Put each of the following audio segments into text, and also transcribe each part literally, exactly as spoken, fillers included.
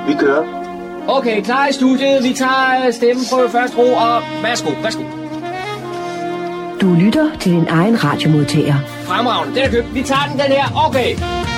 Vi kører. Okay, klar i studiet. Vi tager stemmeprøve først, ro, og værsgo, værsgo. Du lytter til din egen radiomodtager. Fremragende, den er købt. Vi tager den, den her. Okay.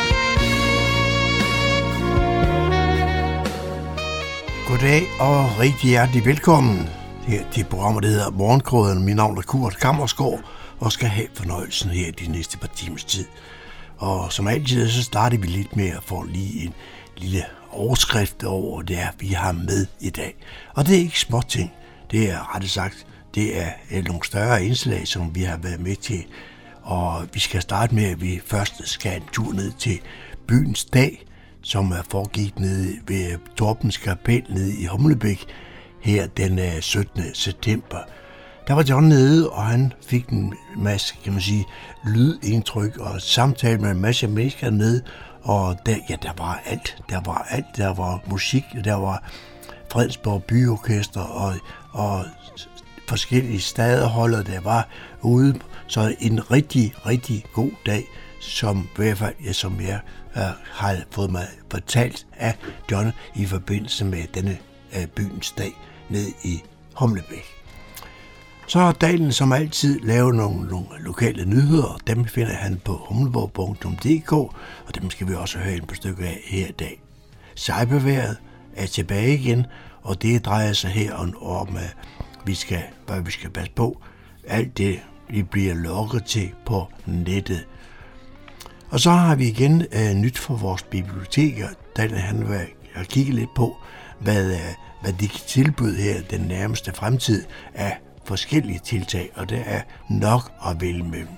Goddag og rigtig hjertelig velkommen her til programmet, der hedder Morgenkrydderne. Mit navn er Kurt Kammersgaard og skal have fornøjelsen her de næste par timers tid. Og som altid, så starter vi lidt med at få lige en lille overskrift over det, vi har med i dag. Og det er ikke småting. Det er rettet sagt, det er nogle større indslag, som vi har været med til. Og vi skal starte med, at vi først skal en tur ned til byens dag, som er foregik nede ved Torpens Kapel nede i Humlebæk her den syttende september. Der var John nede, og han fik en masse, kan man sige, lydindtryk og samtale med en masse mennesker nede. Og der, ja, der var alt. Der var alt. Der var musik, der var Fredensborg Byorkester og, og forskellige stadholder, der var ude. Så en rigtig, rigtig god dag, som i hvert fald, ja, som jeg uh, har fået mig fortalt af John i forbindelse med denne uh, byens dag nede i Humlebæk. Så har Dalen som altid lavet nogle, nogle lokale nyheder, dem finder han på humleborg punktum d k, og dem skal vi også høre en par stykker af her i dag. Sejbeværet er tilbage igen, og det drejer sig her om, om at vi skal, hvad vi skal passe på. Alt det, vi bliver lukket til på nettet. Og så har vi igen uh, nyt for vores biblioteker. Dalen han vil have kigget lidt på, hvad, uh, hvad de kan tilbyde her den nærmeste fremtid af forskellige tiltag, og det er nok at vælge mellem.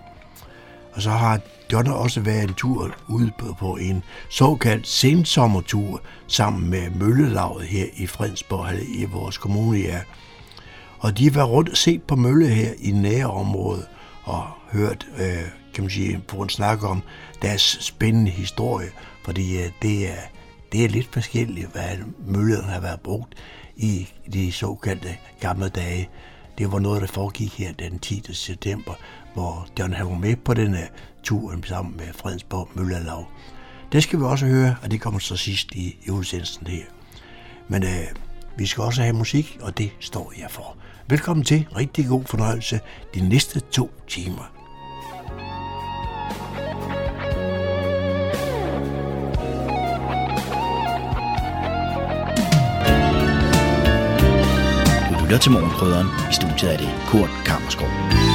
Og så har John også været en tur ude på, på en såkaldt sensommertur sammen med Møllelaget her i Fredensborg, i vores kommune. Ja. Og de var rundt og set på mølle her i nærområdet og hørt, øh, kan man sige, på en snak om deres spændende historie, fordi øh, det, er, det er lidt forskelligt, hvad møllerne har været brugt i de såkaldte gamle dage. Det var noget, der foregik her den tiende september, hvor John var med på denne tur sammen med Fredensborg Møllelaget. Det skal vi også høre, og det kommer så sidst i, i udsendelsen her. Men øh, vi skal også have musik, og det står jeg for. Velkommen til. Rigtig god fornøjelse de næste to timer. Lytter til Morgenkrydderen. I studiet er det Kurt Kammersgaard.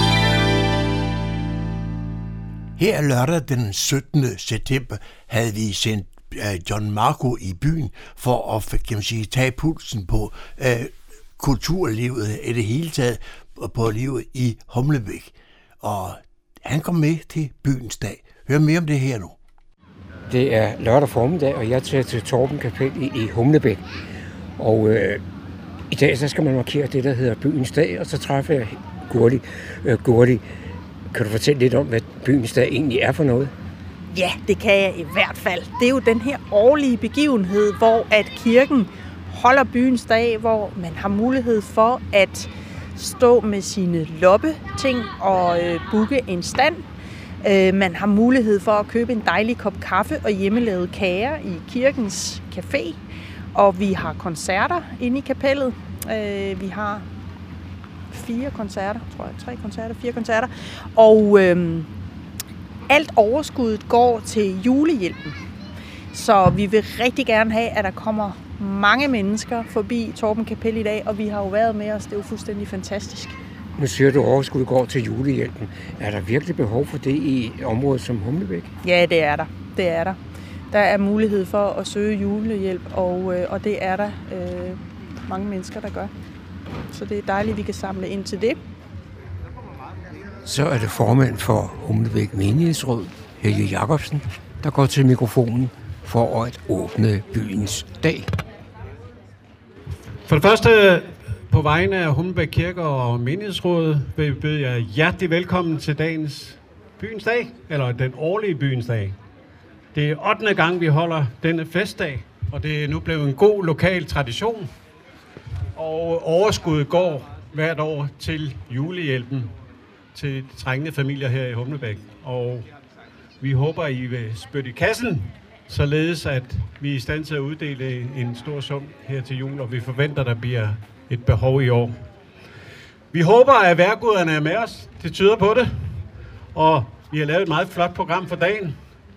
Her lørdag den syttende september havde vi sendt John Marco i byen for at, kan man sige, tage pulsen på uh, kulturlivet i det hele taget, på livet i Humlebæk. Og han kom med til byens dag. Hør mere om det her nu. Det er lørdag formiddag, og jeg tager til Torpens Kapel i, i Humlebæk. Og øh, i dag så skal man markere det, der hedder byens dag, og så træffer jeg Gurli. Øh, Gurli, kan du fortælle lidt om, hvad byens dag egentlig er for noget? Ja, det kan jeg i hvert fald. Det er jo den her årlige begivenhed, hvor at kirken holder byens dag, hvor man har mulighed for at stå med sine loppeting og øh, booke en stand. Øh, man har mulighed for at købe en dejlig kop kaffe og hjemmelavede kager i kirkens café. Og vi har koncerter inde i kapellet. Øh, vi har fire koncerter, tror jeg. Tre koncerter, fire koncerter. Og øh, alt overskuddet går til julehjælpen. Så vi vil rigtig gerne have, at der kommer mange mennesker forbi Torpens Kapel i dag. Og vi har jo været med os. Det er jo fuldstændig fantastisk. Nu siger du, at overskuddet går til julehjælpen. Er der virkelig behov for det i området som Humlebæk? Ja, det er der. Det er der. Der er mulighed for at søge julehjælp, og, øh, og det er der øh, mange mennesker, der gør. Så det er dejligt, at vi kan samle ind til det. Så er det formand for Humlebæk Menighedsråd, Helge Jacobsen, der går til mikrofonen for at åbne byens dag. For det første, på vegne af Humlebæk Kirke og Menighedsråd, vil jeg byde jer hjertelig velkommen til dagens byens dag, eller den årlige byens dag. Det er ottende gang, vi holder denne festdag, og det er nu blevet en god lokal tradition. Og overskuddet går hvert år til julehjælpen til de trængende familier her i Humlebæk. Og vi håber, I vil spytte i kassen således at vi er i stand til at uddele en stor sum her til jul, og vi forventer, der bliver et behov i år. Vi håber, at vejrguderne er med os. Det tyder på det. Og vi har lavet et meget flot program for dagen.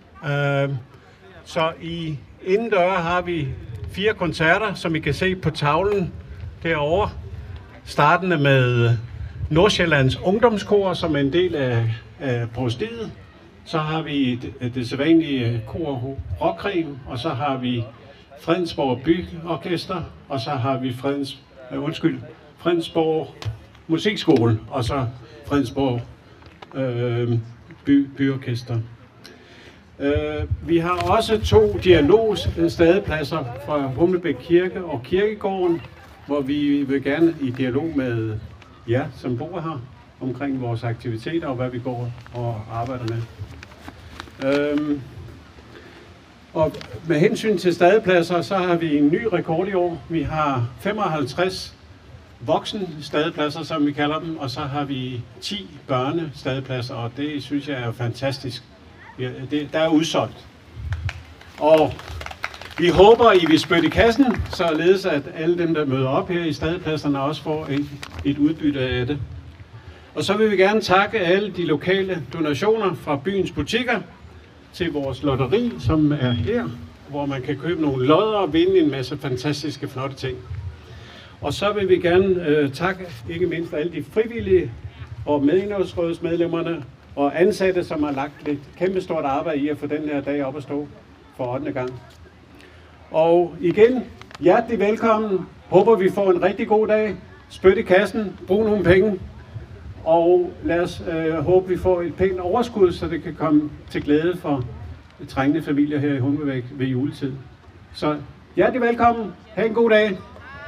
Så i indendøre har vi fire koncerter, som I kan se på tavlen derovre. Startende med Nordsjællands Ungdomskor, som er en del af, af provstiet. Så har vi det, det sædvanlige kor Rockrim, og så har vi Fredensborg Byorkester, og så har vi Fredens, uh, undskyld, Fredensborg Musikskole, og så Fredensborg uh, By, Byorkester. Uh, vi har også to dialogstadepladser fra Humlebæk Kirke og Kirkegården, hvor vi vil gerne i dialog med jer, som bor her, omkring vores aktiviteter og hvad vi går og arbejder med. Øhm, og med hensyn til stadepladser, så har vi en ny rekord i år. Vi har femoghalvtreds voksen stadepladser, som vi kalder dem, og så har vi ti børne stadepladser, og det synes jeg er fantastisk. Ja, det, der er udsolgt. Og vi håber, I vil spytte i kassen, således at alle dem, der møder op her i stadepladserne, også får et, et udbytte af det. Og så vil vi gerne takke alle de lokale donationer fra byens butikker til vores lotteri, som er her, hvor man kan købe nogle lodder og vinde en masse fantastiske, flotte ting. Og så vil vi gerne øh, takke ikke mindst alle de frivillige og menighedsrådsmedlemmerne og ansatte, som har lagt et kæmpestort arbejde i at få den her dag op at stå for ottende gang. Og igen, hjertelig velkommen. Håber, vi får en rigtig god dag. Spyt i kassen, brug nogle penge. Og lad os øh, håbe, vi får et pænt overskud, så det kan komme til glæde for trængende familier her i Humlebæk ved juletid. Så hjertelig velkommen. Ha' en god dag.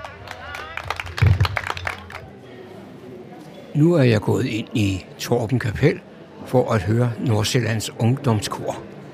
Nu er jeg gået ind i Torben Kapel for at høre Nordsjællands Ungdomskor.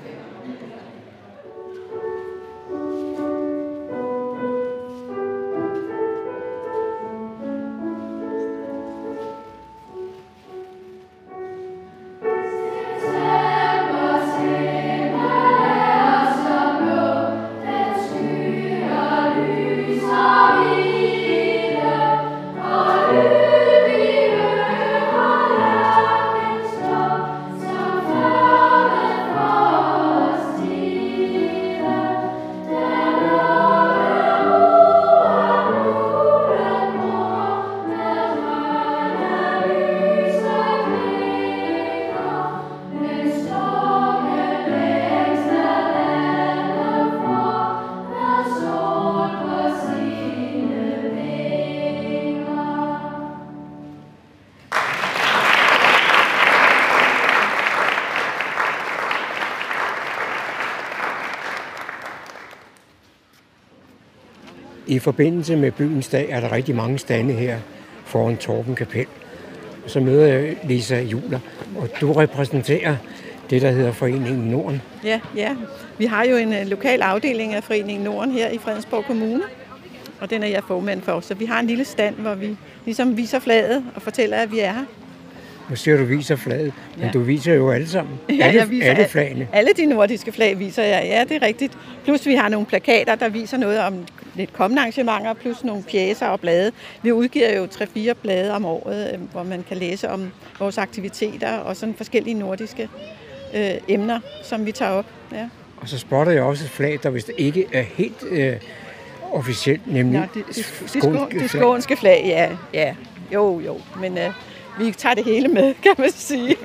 I forbindelse med byens dag er der rigtig mange stande her foran Torben Kapel. Så møder jeg Lisa Juler, og du repræsenterer det, der hedder Foreningen Norden. Ja, ja. Vi har jo en uh, lokal afdeling af Foreningen Norden her i Fredensborg Kommune, og den er jeg formand for. Så vi har en lille stand, hvor vi ligesom viser flaget og fortæller, at vi er her. Nu siger du viser flaget, men ja. Du viser jo alle sammen. Ja, alle, jeg viser alle flagene. Alle de nordiske flag viser jeg, ja, det er rigtigt. Plus vi har nogle plakater, der viser noget om lidt kommende arrangementer, plus nogle pjecer og blade. Vi udgiver jo tre fire blade om året, hvor man kan læse om vores aktiviteter og sådan forskellige nordiske øh, emner, som vi tager op. Ja. Og så spotter jeg også et flag, der vist ikke er helt øh, officielt, nemlig Nå, det, det, det, skånske det skånske flag. Ja, ja, jo, jo, men øh, vi tager det hele med, kan man sige.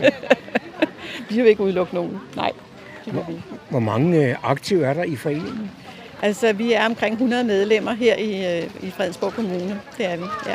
Vi vil ikke udelukke nogen, nej. Hvor, hvor mange øh, aktive er der i foreningen? Altså, vi er omkring hundrede medlemmer her i, øh, i Fredensborg Kommune, det er vi, ja.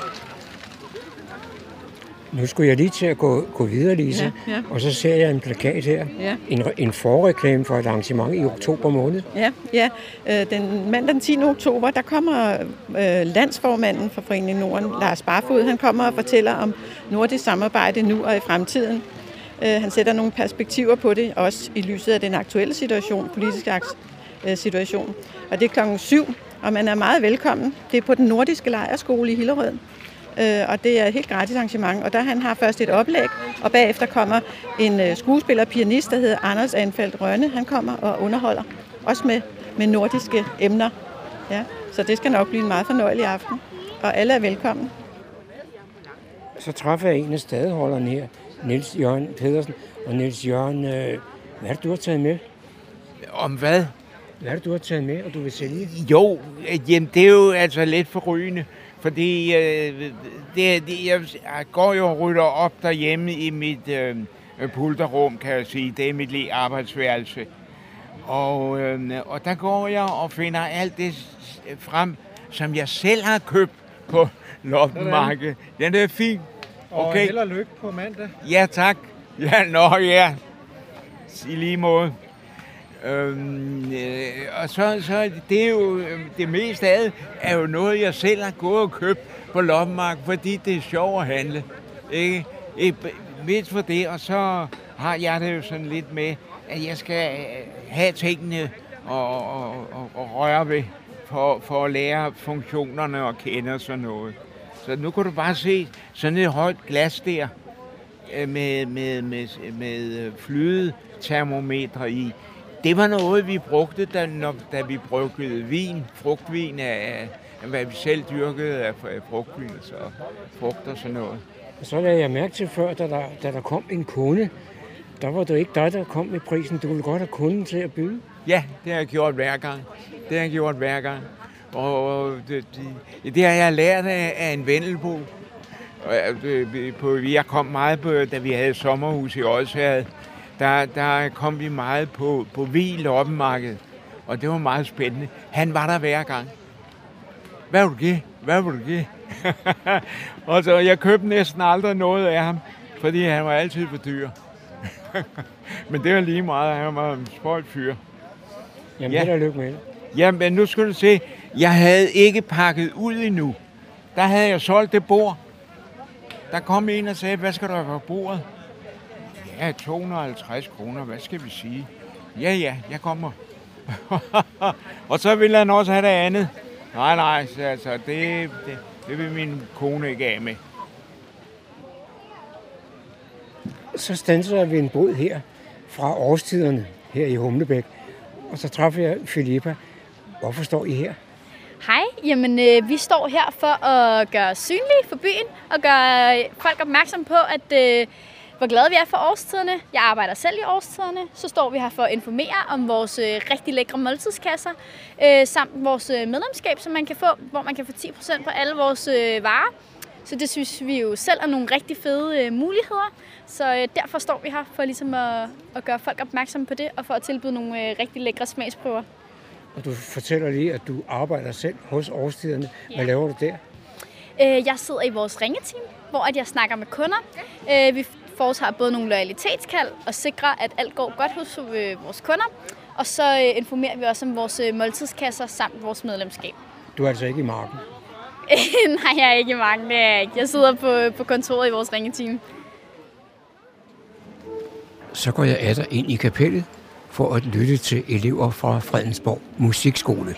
Nu skulle jeg lige til at gå, gå videre, Lise, ja, ja. Og så ser jeg en plakat her. Ja. En, en forreklame for et arrangement i oktober måned. Ja, ja. Den mandag den tiende oktober, der kommer øh, landsformanden for Foreningen Norden, Lars Barfod. Han kommer og fortæller om nordisk samarbejde nu og i fremtiden. Øh, han sætter nogle perspektiver på det, også i lyset af den aktuelle situation, politiske øh, situation. Og det er klokken syv, og man er meget velkommen. Det er på den nordiske lejrskole i Hillerød. Og det er et helt gratis arrangement, og der han har først et oplæg, og bagefter kommer en skuespiller og pianist, der hedder Anders Anfeldt Rønne. Han kommer og underholder også med, med nordiske emner. Ja, så det skal nok blive en meget fornøjelig aften, og alle er velkommen. Så træffer jeg en af stadeholderne her, Niels Jørgen Pedersen. Og Niels Jørgen, øh, hvad er det, du har taget med? Om hvad? Hvad er det, du har taget med, og du vil sælge? Jo, jamen, det er jo altså lidt forrygende, fordi øh, det, det, jeg går jo og rydder op derhjemme i mit øh, pulterrum, kan jeg sige. Det er mit lige arbejdsværelse. Og, øh, og der går jeg og finder alt det frem, som jeg selv har købt på loppemarkedet. Ja, det er fint. Okay. Og held og lykke på mandag. Ja, tak. Ja, nå ja. I lige måde. Øhm, øh, og så, så det er jo det meste af det er jo noget, jeg selv har gået og købt på loppemarkedet, fordi det er sjovt at handle. Ikke? Ikke mindst for det, og så har jeg det jo sådan lidt med, at jeg skal have tingene og, og, og, og røre ved, for, for at lære funktionerne og kende og sådan noget. Så nu kan du bare se sådan et højt glas der med, med, med, med flydetermometre i. Det var noget, vi brugte, da, når, da vi brugte vin, frugtvin af, af hvad vi selv dyrkede af frugtvin, så frugt og sådan noget. Og så lagde jeg mærke til før, da der, da der kom en kunde, der var det ikke dig, der kom med prisen. Du ville godt have kunden til at byde. Ja, det har jeg gjort hver gang. Det har jeg gjort hver gang. Og det, det, det har jeg lært af, af en vendelbo. Jeg kom meget på, da vi havde sommerhus i Odsherred. Der, der kom vi meget på, på Vig loppemarked, og det var meget spændende. Han var der hver gang. Hvad vil du give? Hvad vil du give? Og så jeg købte næsten aldrig noget af ham, fordi han var altid for dyr. Men det var lige meget, han var en spøjt fyr. Jamen, ja. Held og lykke med det. Jamen, nu skal du se, jeg havde ikke pakket ud endnu. Der havde jeg solgt det bord. Der kom en og sagde, hvad skal der være på bordet? Ja, to hundrede og halvtreds kroner, hvad skal vi sige? Ja, ja, jeg kommer. Og så ville han også have det andet. Nej, nej, altså, det, det, det vil min kone ikke af med. Så standser jeg ved en båd her fra årstiderne her i Humlebæk. Og så træffer jeg Filippa. Hvorfor står I her? Hej, jamen øh, vi står her for at gøre os synlige for byen og gøre folk opmærksom på, at øh, hvor glade vi er for årstiderne. Jeg arbejder selv i årstiderne. Så står vi her for at informere om vores øh, rigtig lækre måltidskasser, øh, samt vores øh, medlemskab, som man kan få, hvor man kan få ti procent på alle vores øh, varer. Så det synes vi jo selv er nogle rigtig fede øh, muligheder. Så øh, derfor står vi her for ligesom at, at gøre folk opmærksom på det, og for at tilbyde nogle øh, rigtig lækre smagsprøver. Og du fortæller lige, at du arbejder selv hos årstiderne. Hvad ja. laver du der? Øh, jeg sidder i vores ringeteam, hvor at jeg snakker med kunder. Øh, vi foretager både nogle loyalitetskald og sikrer, at alt går godt hos øh, vores kunder. Og så øh, informerer vi også om vores øh, måltidskasser samt vores medlemskab. Du er altså ikke i marken? Nej, jeg er ikke i marken. Det er jeg ikke. Jeg sidder på, på kontoret i vores ringeteam. Så går jeg atter ind i kapellet for at lytte til elever fra Fredensborg Musikskole.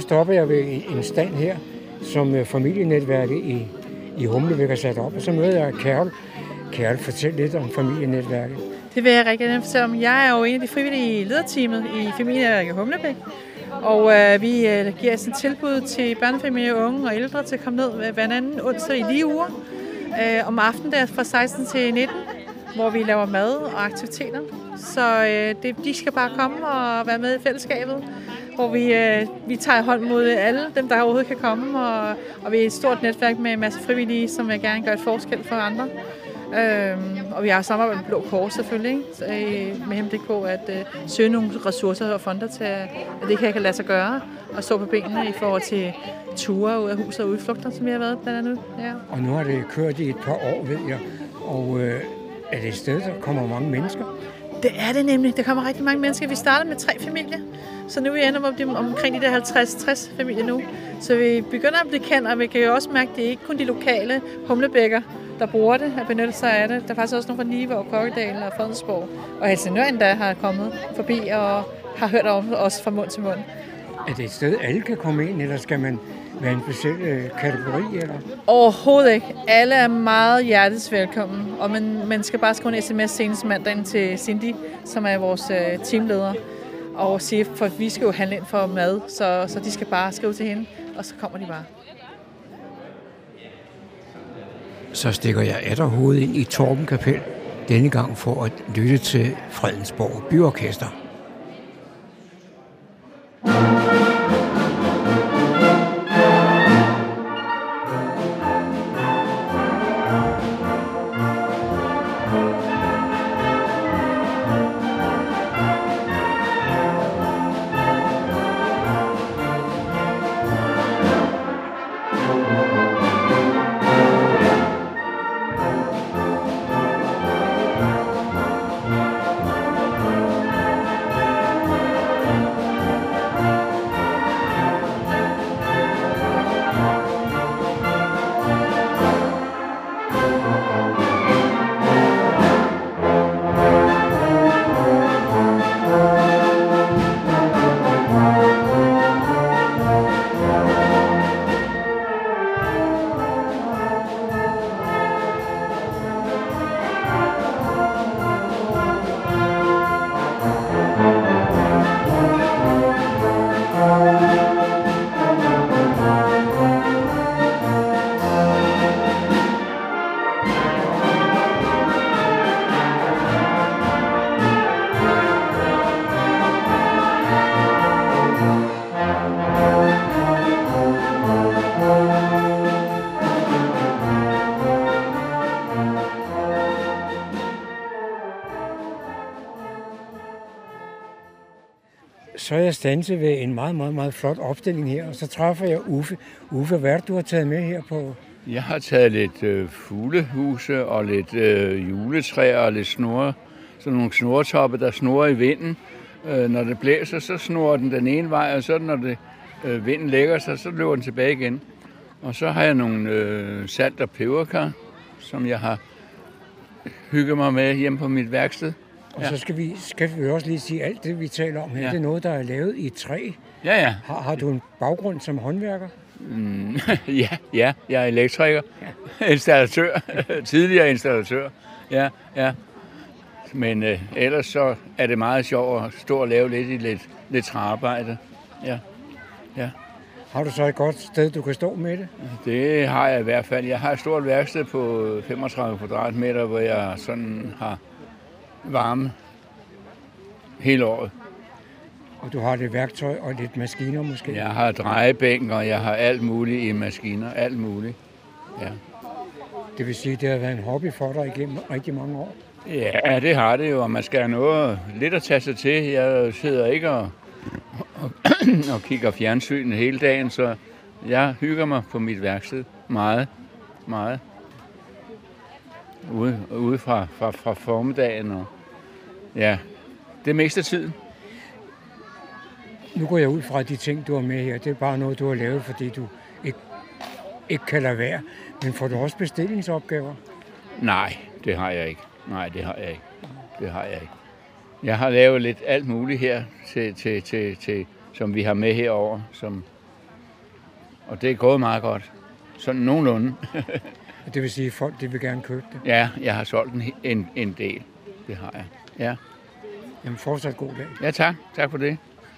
stopper jeg ved en, en stand her, som uh, familienetværket i, i Humlebæk har sat op, og så møder jeg Carol. Carol, fortæl lidt om familienetværket. Det vil jeg rigtig gerne fortælle om. Jeg er jo en af de frivillige i lederteamet i familienetværket Humlebæk. Og øh, vi øh, giver sådan et tilbud til børnefamilier, unge og ældre til at komme ned hver anden onsdag i lige uger. Øh, om aftenen der fra seksten til nitten, hvor vi laver mad og aktiviteter. Så øh, det, de skal bare komme og være med i fællesskabet, hvor vi, øh, vi tager hånd mod alle dem, der overhovedet kan komme. Og, og vi er et stort netværk med en masse frivillige, som vil gerne gøre et forskel for andre. Øhm, og vi har samarbejdet med Blå Kors selvfølgelig, ikke? Så, øh, med henblik på at øh, søge nogle ressourcer og fonder til, at det kan, kan lade sig gøre og stå på benene i forhold til ture ud af huset og udflugter, som vi har været blandt andet. Ja. Og nu har det kørt i et par år, ved jeg, og øh, er det et sted, der kommer mange mennesker? Det er det nemlig. Der kommer rigtig mange mennesker. Vi starter med tre familier, så nu er vi ender om, omkring de der halvtreds til tres familier nu. Så vi begynder at blive kendt, og vi kan jo også mærke, at det er ikke kun de lokale humlebækker, der bruger det, at benytte sig af det. Der er faktisk også nogle fra Nive og Kokkedal og Fredensborg og Helsingør endda har kommet forbi og har hørt om os fra mund til mund. Er det et sted, alle kan komme ind, eller skal man være en speciel øh, kategori? Eller? Overhovedet ikke. Alle er meget hjertets velkommen, og man, man skal bare skrive en sms senest mandagen til Cindy, som er vores øh, teamleder, og sige, for vi skal jo handle ind for mad, så, så de skal bare skrive til hende, og så kommer de bare. Så stikker jeg atter hovedet ind i Torben Kapel, denne gang for at lytte til Fredensborg Byorkester. Så er jeg standset ved en meget, meget, meget flot opstilling her, og så træffer jeg Uffe. Uffe, hvad er det, du har taget med her på? Jeg har taget lidt øh, fuglehuse og lidt øh, juletræer og lidt snore, sådan nogle snortoppe, der snorer i vinden. Øh, når det blæser, så snorer den den ene vej, og så når det, øh, vinden lægger sig, så løber den tilbage igen. Og så har jeg nogle øh, salt- og peberkar, som jeg har hygget mig med hjemme på mit værksted. Og ja. Så skal vi, skal vi også lige sige, alt det, vi taler om her, ja. Det er noget, der er lavet i træ. Ja, ja. Har, har du en baggrund som håndværker? Mm, ja, ja, jeg er elektriker, ja. Installatør, tidligere installatør. Ja, ja. Men øh, ellers så er det meget sjovt at stå og lave lidt i lidt, lidt træarbejde. Ja, ja. Har du så et godt sted, du kan stå med det? Det har jeg i hvert fald. Jeg har et stort værksted på femogtredive kvadratmeter, hvor jeg sådan har varme hele året. Og du har lidt værktøj og lidt maskiner måske? Jeg har drejebænk, og jeg har alt muligt i maskiner. Alt muligt, ja. Det vil sige, at det har været en hobby for dig igennem rigtig mange år? Ja, det har det jo, og man skal have noget lidt at tage sig til. Jeg sidder ikke og, og, og kigger fjernsyn hele dagen, så jeg hygger mig på mit værksted meget, meget. Ude, ude fra, fra, fra formiddagen, og ja, det meste af tiden. Nu går jeg ud fra de ting, du har med her. Det er bare noget, du har lavet, fordi du ikke, ikke kan lade være. Men får du også bestillingsopgaver? Nej, det har jeg ikke. Nej, det har jeg ikke. Det har jeg ikke. Jeg har lavet lidt alt muligt her, til, til, til, til, som vi har med herover, som og det er gået meget godt. Sådan nogenlunde. Det vil sige, at folk de vil gerne købe det? Ja, jeg har solgt en, en, en del. Det har jeg, ja. Jamen fortsat god dag. Ja, tak. Tak for det.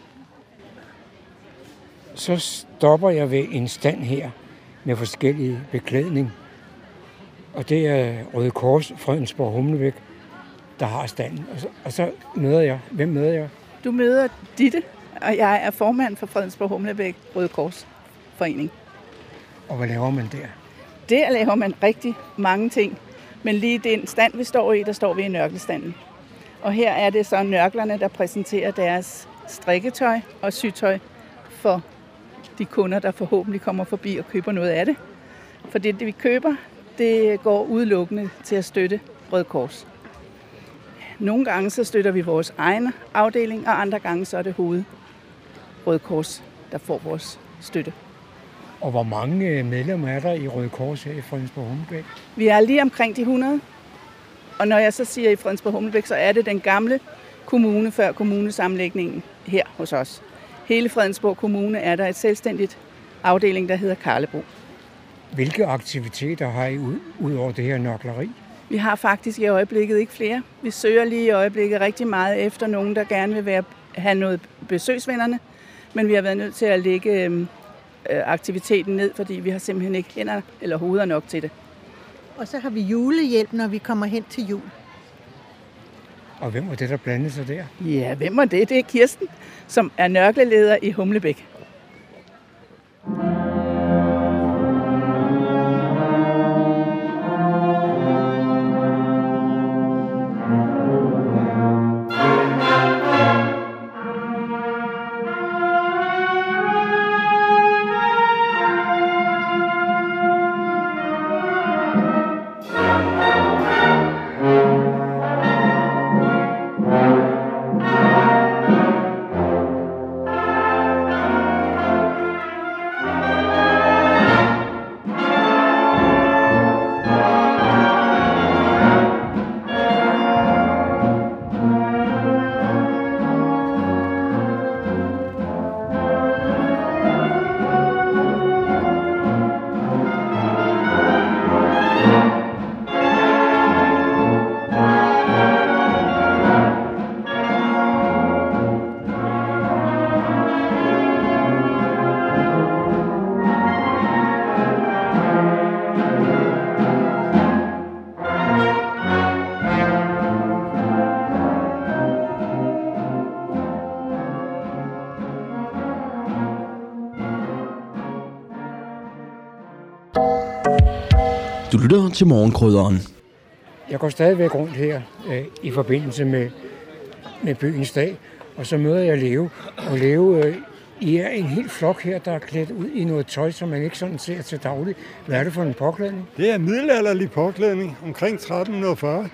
Så stopper jeg ved en stand her med forskellige beklædning. Og det er Røde Kors, Fredensborg Humlebæk, der har standen. Og så, og så møder jeg. Hvem møder jeg? Du møder Ditte, og jeg er formand for Fredensborg Humlebæk Røde Kors Forening. Og hvad laver man der? Der laver man rigtig mange ting. Men lige den stand, vi står i, der står vi i nørklestanden. Og her er det så nørklerne, der præsenterer deres strikketøj og sytøj for de kunder, der forhåbentlig kommer forbi og køber noget af det. For det, det vi køber, det går udelukkende til at støtte Røde Kors. Nogle gange så støtter vi vores egen afdeling, og andre gange så er det hoved Røde Kors, der får vores støtte. Og hvor mange medlemmer er der i Røde Kors her i Fredensborg Humlebæk? Vi er lige omkring de hundrede. Og når jeg så siger i Fredensborg Humlebæk, så er det den gamle kommune før kommunesammenlægningen her hos os. Hele Fredensborg Kommune er der et selvstændigt afdeling, der hedder Karlebo. Hvilke aktiviteter har I ud, ud over det her nørkleri? Vi har faktisk i øjeblikket ikke flere. Vi søger lige i øjeblikket rigtig meget efter nogen, der gerne vil være, have noget besøgsvennerne. Men vi har været nødt til at lægge øh, aktiviteten ned, fordi vi har simpelthen ikke hænder eller hoveder nok til det. Og så har vi julehjælp, når vi kommer hen til jul. Og hvem var det, der blandede sig der? Ja, hvem var det? Det er Kirsten, som er nørkleleder i Humlebæk. Du lytter til Morgenkrydderen. Jeg går stadigvæk rundt her øh, i forbindelse med, med byens dag, og så møder jeg Leo. Og Leo, øh, I er en helt flok her, der er klædt ud i noget tøj, som man ikke sådan ser til daglig. Hvad er det for en påklædning? Det er middelalderlig påklædning, omkring tretten fyrre.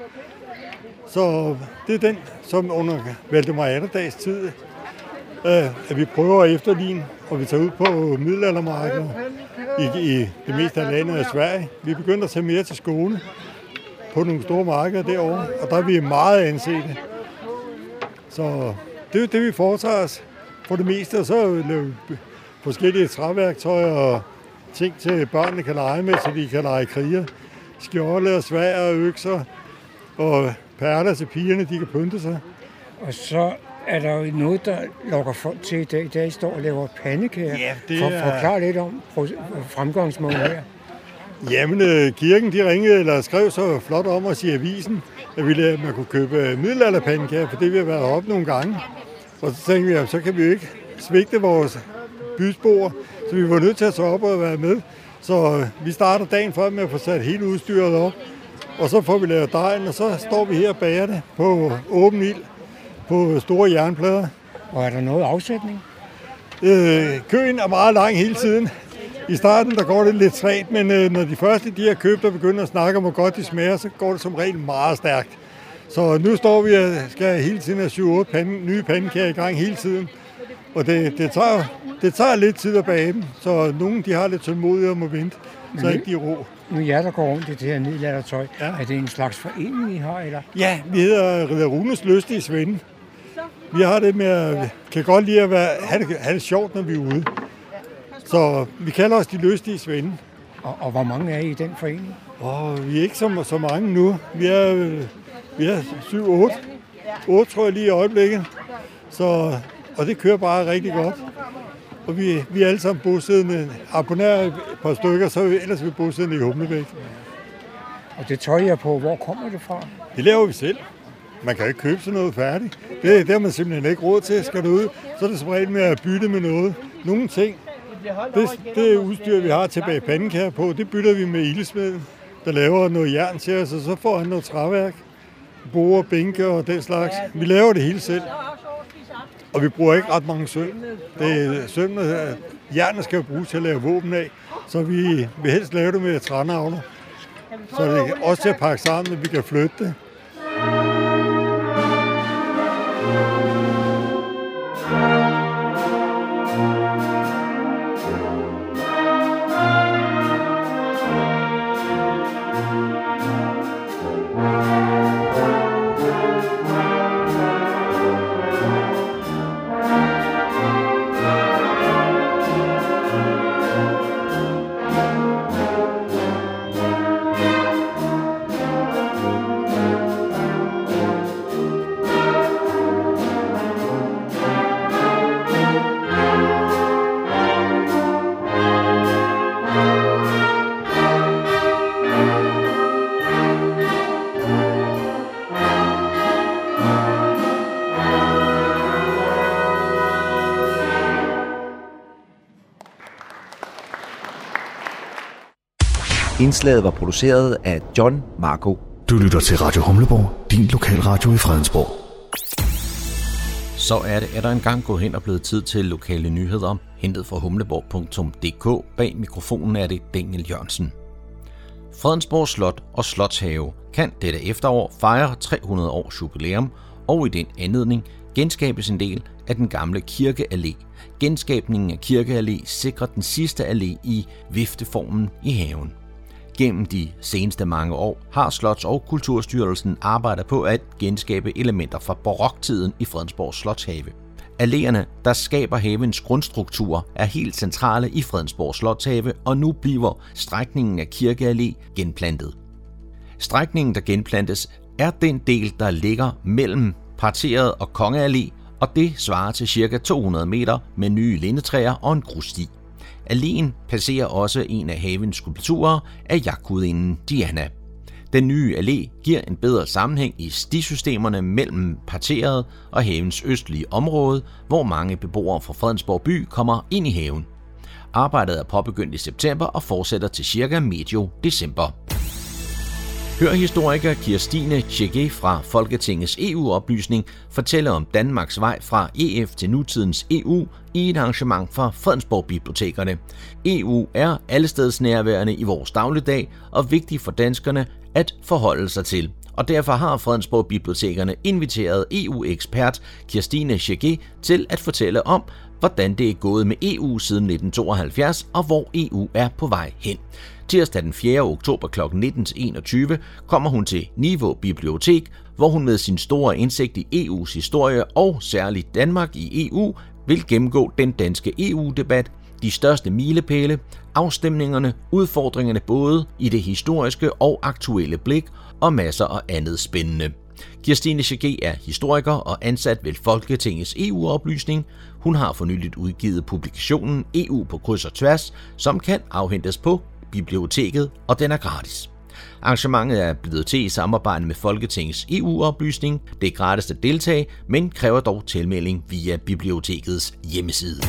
Så det er den, som under Valdemar Atterdags tid, øh, at vi prøver at efterligne, og vi tager ud på middelaldermarkedet i, i det meste af landet af Sverige. Vi begyndte at tage mere til Skåne på nogle store markeder derovre, og der er vi meget ansete. Så det er det, vi foretager os for det meste, og så laver vi forskellige træværktøjer og ting til børnene kan lege med, så de kan lege kriger. Skjolde og sværd og økser og perler til pigerne, de kan pynte sig. Og så er der jo noget, der lokker folk til i dag. I dag står og laver pandekager. Ja, det For, er... Forklar lidt om fremgangsmåden her. Jamen, kirken de ringede eller skrev så flot om os i avisen, at vi lavede, man kunne købe middelalderpandekager, for det vi har været oppe nogle gange. Og så tænkte vi, at så kan vi jo ikke svigte vores bysboer, så vi var nødt til at tage op og være med. Så vi starter dagen før med at få sat hele udstyret op, og så får vi lavet dejen, og så står vi her og bager det på åben ild på store jernplader. Og er der noget afsætning? Øh, køen er meget lang hele tiden. I starten der går det lidt træt, men øh, når de første de har købt og begynder at snakke om, hvor godt de smager, så går det som regel meget stærkt. Så nu står vi og skal hele tiden have syv otte pande, nye pandekager i gang hele tiden. Og det, det, tager, det tager lidt tid at bage dem, så nogle de har lidt tålmodighed om at vente, så nu, ikke de ro. Nu er jeg, der går rundt i det her middelaldertøj. Ja. Er det en slags forening, I har, eller? Ja, vi hedder Ridder Runes Lystige Svende. Vi har det med at kan godt lide at være, have, det, have det sjovt, når vi er ude. Så vi kalder os de lystige svende. Og, og hvor mange er I i den forening? Og vi er ikke så, så mange nu. Vi er, vi er syv otte. otte tror jeg lige i øjeblikket. Så, og det kører bare rigtig godt. Og vi, vi er alle sammen bosiddende. Abonnerer et par stykker, så er vi ellers vi bosiddende i Humlebæk. Og det tøj, jeg er på, hvor kommer det fra? Det laver vi selv. Man kan ikke købe sådan noget færdigt. Det, det har man simpelthen ikke råd til. Skal du ud, så er det som regel med at bytte med noget. Nogle ting, det, det udstyr, vi har til bag pandekær på, det bytter vi med ildesmeden, der laver noget jern til os, og så får han noget træværk, borer, bænke og den slags. Vi laver det hele selv. Og vi bruger ikke ret mange søm. Det er søm, at jernet skal bruges til at lave våben af, så vi vil helst lave det med trænavler. Så det er også til at pakke sammen, at vi kan flytte det. Indslaget var produceret af John Marco. Du lytter til Radio Humleborg, din lokalradio i Fredensborg. Så er det er der engang gået hen og blevet tid til lokale nyheder, hentet fra humleborg punktum d k. Bag mikrofonen er det Daniel Jørgensen. Fredensborg Slot og Slotshave kan dette efterår fejre tre hundrede års jubilæum, og i den anledning genskabes en del af den gamle Kirkeallé. Genskabningen af Kirkeallé sikrer den sidste allé i vifteformen i haven. Gennem de seneste mange år har Slots- og Kulturstyrelsen arbejdet på at genskabe elementer fra baroktiden i Fredensborg Slotshave. Alléerne, der skaber havens grundstruktur, er helt centrale i Fredensborg Slotshave, og nu bliver strækningen af Kirkeallé genplantet. Strækningen, der genplantes, er den del, der ligger mellem Parteret og Kongeallé, og det svarer til ca. to hundrede meter med nye lindetræer og en grussti. Alléen passerer også en af havens skulpturer af jagtgudinden Diana. Den nye allé giver en bedre sammenhæng i stisystemerne mellem Parteret og havens østlige område, hvor mange beboere fra Fredensborg by kommer ind i haven. Arbejdet er påbegyndt i september og fortsætter til ca. medio december. Hør historiker Kirstine Tjegge fra Folketingets E U-oplysning fortælle om Danmarks vej fra E F til nutidens E U i et arrangement fra Fredensborg-bibliotekerne. E U er allestedsnærværende i vores dagligdag og vigtig for danskerne at forholde sig til. Og derfor har Fredensborg-bibliotekerne inviteret E U-ekspert Kirstine Tjegge til at fortælle om, hvordan det er gået med E U siden nitten tooghalvfjerds og hvor E U er på vej hen. Tirsdag den fjerde oktober klokken nitten til enogtyve kommer hun til Niveau Bibliotek, hvor hun med sin store indsigt i E U's historie og særligt Danmark i E U vil gennemgå den danske E U-debat, de største milepæle, afstemningerne, udfordringerne både i det historiske og aktuelle blik og masser af andet spændende. Kirstine Tjegge er historiker og ansat ved Folketingets E U-oplysning. Hun har for nyligt udgivet publikationen E U på kryds og tværs, som kan afhentes på biblioteket, og den er gratis. Arrangementet er blevet til i samarbejde med Folketingets E U-oplysning. Det er gratis at deltage, men kræver dog tilmelding via bibliotekets hjemmeside.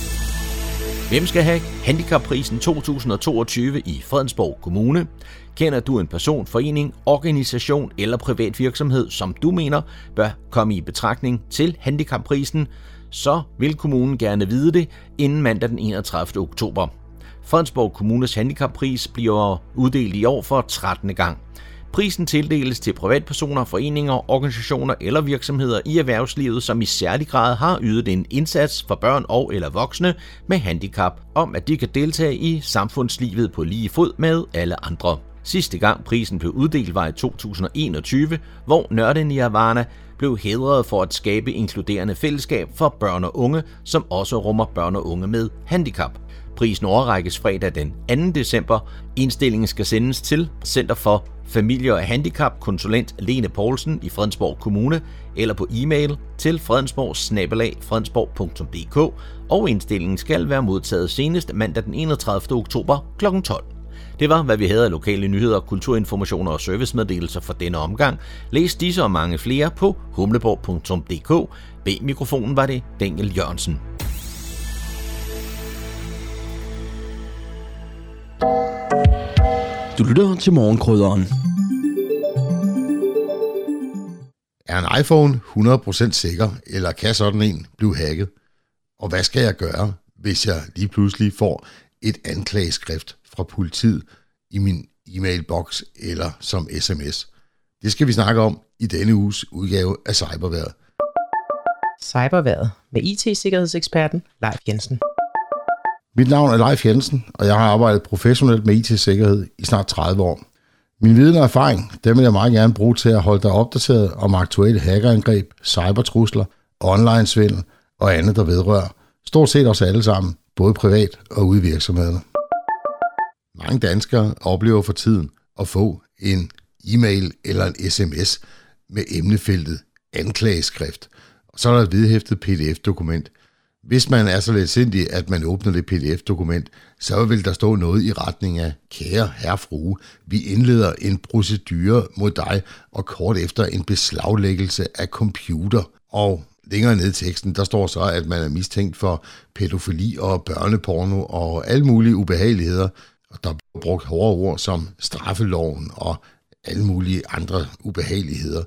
Hvem skal have handicapprisen to tusind og toogtyve i Fredensborg Kommune? Kender du en person, forening, organisation eller privat virksomhed, som du mener bør komme i betragtning til handicapprisen, så vil kommunen gerne vide det inden mandag den enogtredivte oktober. Fredensborg Kommunes handicappris bliver uddelt i år for trettende gang. Prisen tildeles til privatpersoner, foreninger, organisationer eller virksomheder i erhvervslivet, som i særlig grad har ydet en indsats for børn og eller voksne med handicap, om at de kan deltage i samfundslivet på lige fod med alle andre. Sidste gang prisen blev uddelt var i to tusind og enogtyve, hvor Nørde Nirvana blev hædret for at skabe inkluderende fællesskab for børn og unge, som også rummer børn og unge med handicap. Prisen overrækkes fredag den anden december. Indstillingen skal sendes til Center for Familie og Handicap konsulent Lene Poulsen i Fredensborg Kommune eller på e-mail til fredensborg snabel-a fredensborg punktum d k, og indstillingen skal være modtaget senest mandag den enogtredivte oktober klokken tolv. Det var, hvad vi havde af lokale nyheder, kulturinformationer og servicemeddelelser for denne omgang. Læs disse og mange flere på humleborg punktum d k. Bag mikrofonen var det Daniel Jørgensen. Du lytter til Morgenkrydderen. Er en iPhone hundrede procent sikker, eller kan sådan en blive hacket? Og hvad skal jeg gøre, hvis jeg lige pludselig får et anklageskrift fra politiet i min e-mailboks eller som sms? Det skal vi snakke om i denne uges udgave af Cyberværet. Cyberværet med I T-sikkerhedseksperten Leif Jensen. Mit navn er Leif Jensen, og jeg har arbejdet professionelt med I T-sikkerhed i snart tredive år. Min viden og erfaring, dem vil jeg meget gerne bruge til at holde dig opdateret om aktuelle hackerangreb, cybertrusler, online-svindel og andet, der vedrører stort set os alle sammen, både privat og ude i virksomhederne. Mange danskere oplever for tiden at få en e-mail eller en sms med emnefeltet anklageskrift, og så er der et vedhæftet P D F-dokument. Hvis man er så letsindig, at man åbner det P D F-dokument, så vil der stå noget i retning af: kære herrefrue, vi indleder en procedure mod dig, og kort efter en beslaglæggelse af computer. Og længere ned i teksten, der står så, at man er mistænkt for pædofili og børneporno og alle mulige ubehageligheder. Og der bliver brugt hårde ord som straffeloven og alle mulige andre ubehageligheder.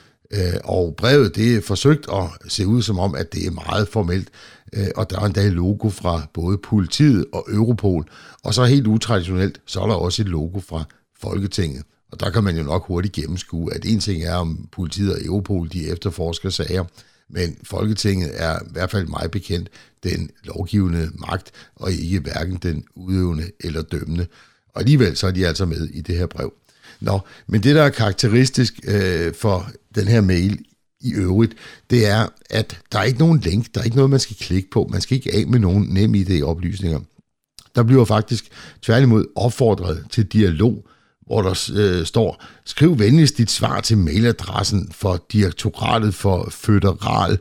Og brevet, det er forsøgt at se ud som om, at det er meget formelt, og der er endda et logo fra både politiet og Europol, og så helt utraditionelt, så er der også et logo fra Folketinget. Og der kan man jo nok hurtigt gennemskue, at en ting er, om politiet og Europol, de efterforsker sager, men Folketinget er i hvert fald meget bekendt den lovgivende magt, og ikke hverken den udøvende eller dømmende. Og alligevel så er de altså med i det her brev. Nå, men det, der er karakteristisk øh, for den her mail i øvrigt, det er, at der er ikke nogen link, der er ikke noget, man skal klikke på. Man skal ikke af med nogen NemID-oplysninger. Der bliver faktisk tværtimod opfordret til dialog, hvor der øh, står: skriv venligst dit svar til mailadressen for Direktoratet for Føderal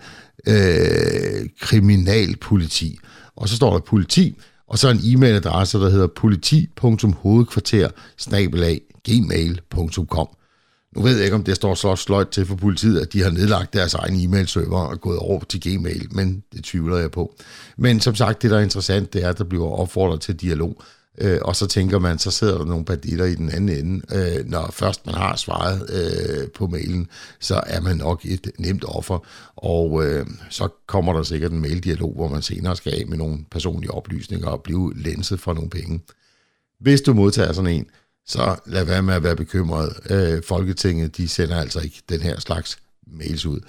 øh, Kriminalpoliti. Og så står der politi, og så en e-mailadresse, der hedder politi punktum hovedkvarter snabel-a gmail punktum com. Nu ved jeg ikke, om det står så sløjt til for politiet, at de har nedlagt deres egen e-mail-server og gået over til Gmail, men det tvivler jeg på. Men som sagt, det der er interessant, det er, at der bliver opfordret til dialog, øh, og så tænker man, så sidder der nogle banditter i den anden ende. Øh, når først man har svaret øh, på mailen, så er man nok et nemt offer, og øh, så kommer der sikkert en maildialog, hvor man senere skal af med nogle personlige oplysninger og blive lænset for nogle penge. Hvis du modtager sådan en, så lad være med at være bekymret. Øh, Folketinget, de sender altså ikke den her slags mails ud.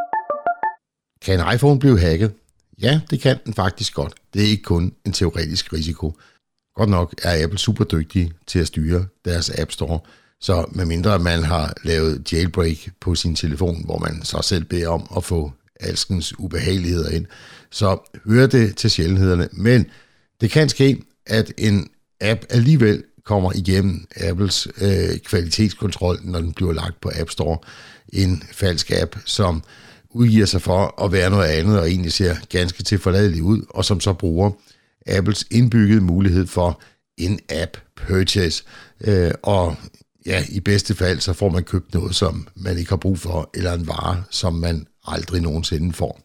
Kan en iPhone blive hacket? Ja, det kan den faktisk godt. Det er ikke kun en teoretisk risiko. Godt nok er Apple super dygtige til at styre deres App Store, så medmindre man har lavet jailbreak på sin telefon, hvor man så selv beder om at få alskens ubehageligheder ind, så hører det til sjældenhederne. Men det kan ske, at en app alligevel kommer igennem Apples øh, kvalitetskontrol, når den bliver lagt på App Store. En falsk app, som udgiver sig for at være noget andet, og egentlig ser ganske tilforladelig ud, og som så bruger Apples indbyggede mulighed for in-app purchase. Øh, og ja, i bedste fald, så får man købt noget, som man ikke har brug for, eller en vare, som man aldrig nogensinde får.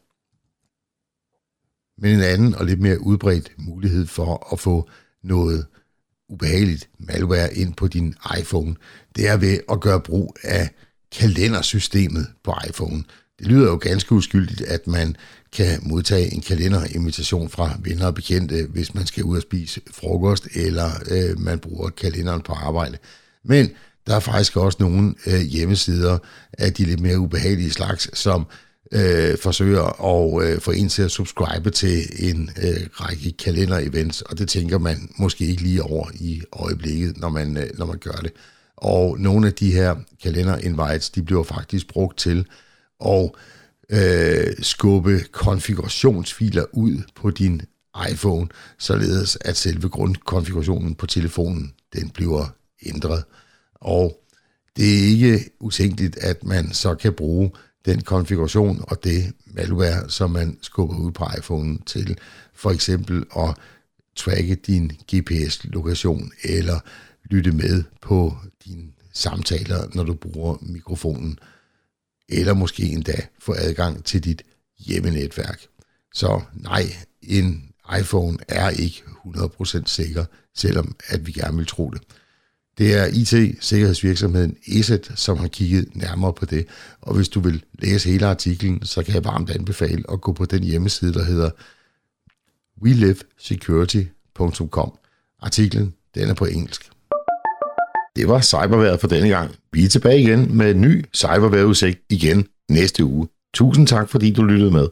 Men en anden og lidt mere udbredt mulighed for at få noget ubehageligt malware ind på din iPhone, det er ved at gøre brug af kalendersystemet på iPhone. Det lyder jo ganske uskyldigt, at man kan modtage en kalenderinvitation fra venner og bekendte, hvis man skal ud og spise frokost, eller øh, man bruger kalenderen på arbejde. Men der er faktisk også nogle øh, hjemmesider af de lidt mere ubehagelige slags, som øh, forsøger at øh, få en til at subscribe til en øh, række kalender-events, og det tænker man måske ikke lige over i øjeblikket, når man, øh, når man gør det. Og nogle af de her kalender-invites, de bliver faktisk brugt til at øh, skubbe konfigurationsfiler ud på din iPhone, således at selve grundkonfigurationen på telefonen, den bliver ændret. Og det er ikke utænkeligt, at man så kan bruge den konfiguration og det malware, som man skubber ud på iPhonen til for eksempel at tracke din G P S-lokation eller lytte med på dine samtaler, når du bruger mikrofonen, eller måske endda få adgang til dit hjemmenetværk. Så nej, en iPhone er ikke hundrede procent sikker, selvom at vi gerne vil tro det. Det er I T-sikkerhedsvirksomheden E S E T, som har kigget nærmere på det, og hvis du vil læse hele artiklen, så kan jeg varmt anbefale at gå på den hjemmeside, der hedder we live security punktum com. Artiklen, den er på engelsk. Det var cyberværet for denne gang. Vi er tilbage igen med en ny cyberværetudsigt igen næste uge. Tusind tak, fordi du lyttede med.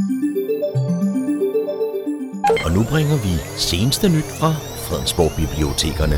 Og nu bringer vi seneste nyt fra Fredensborg-bibliotekerne.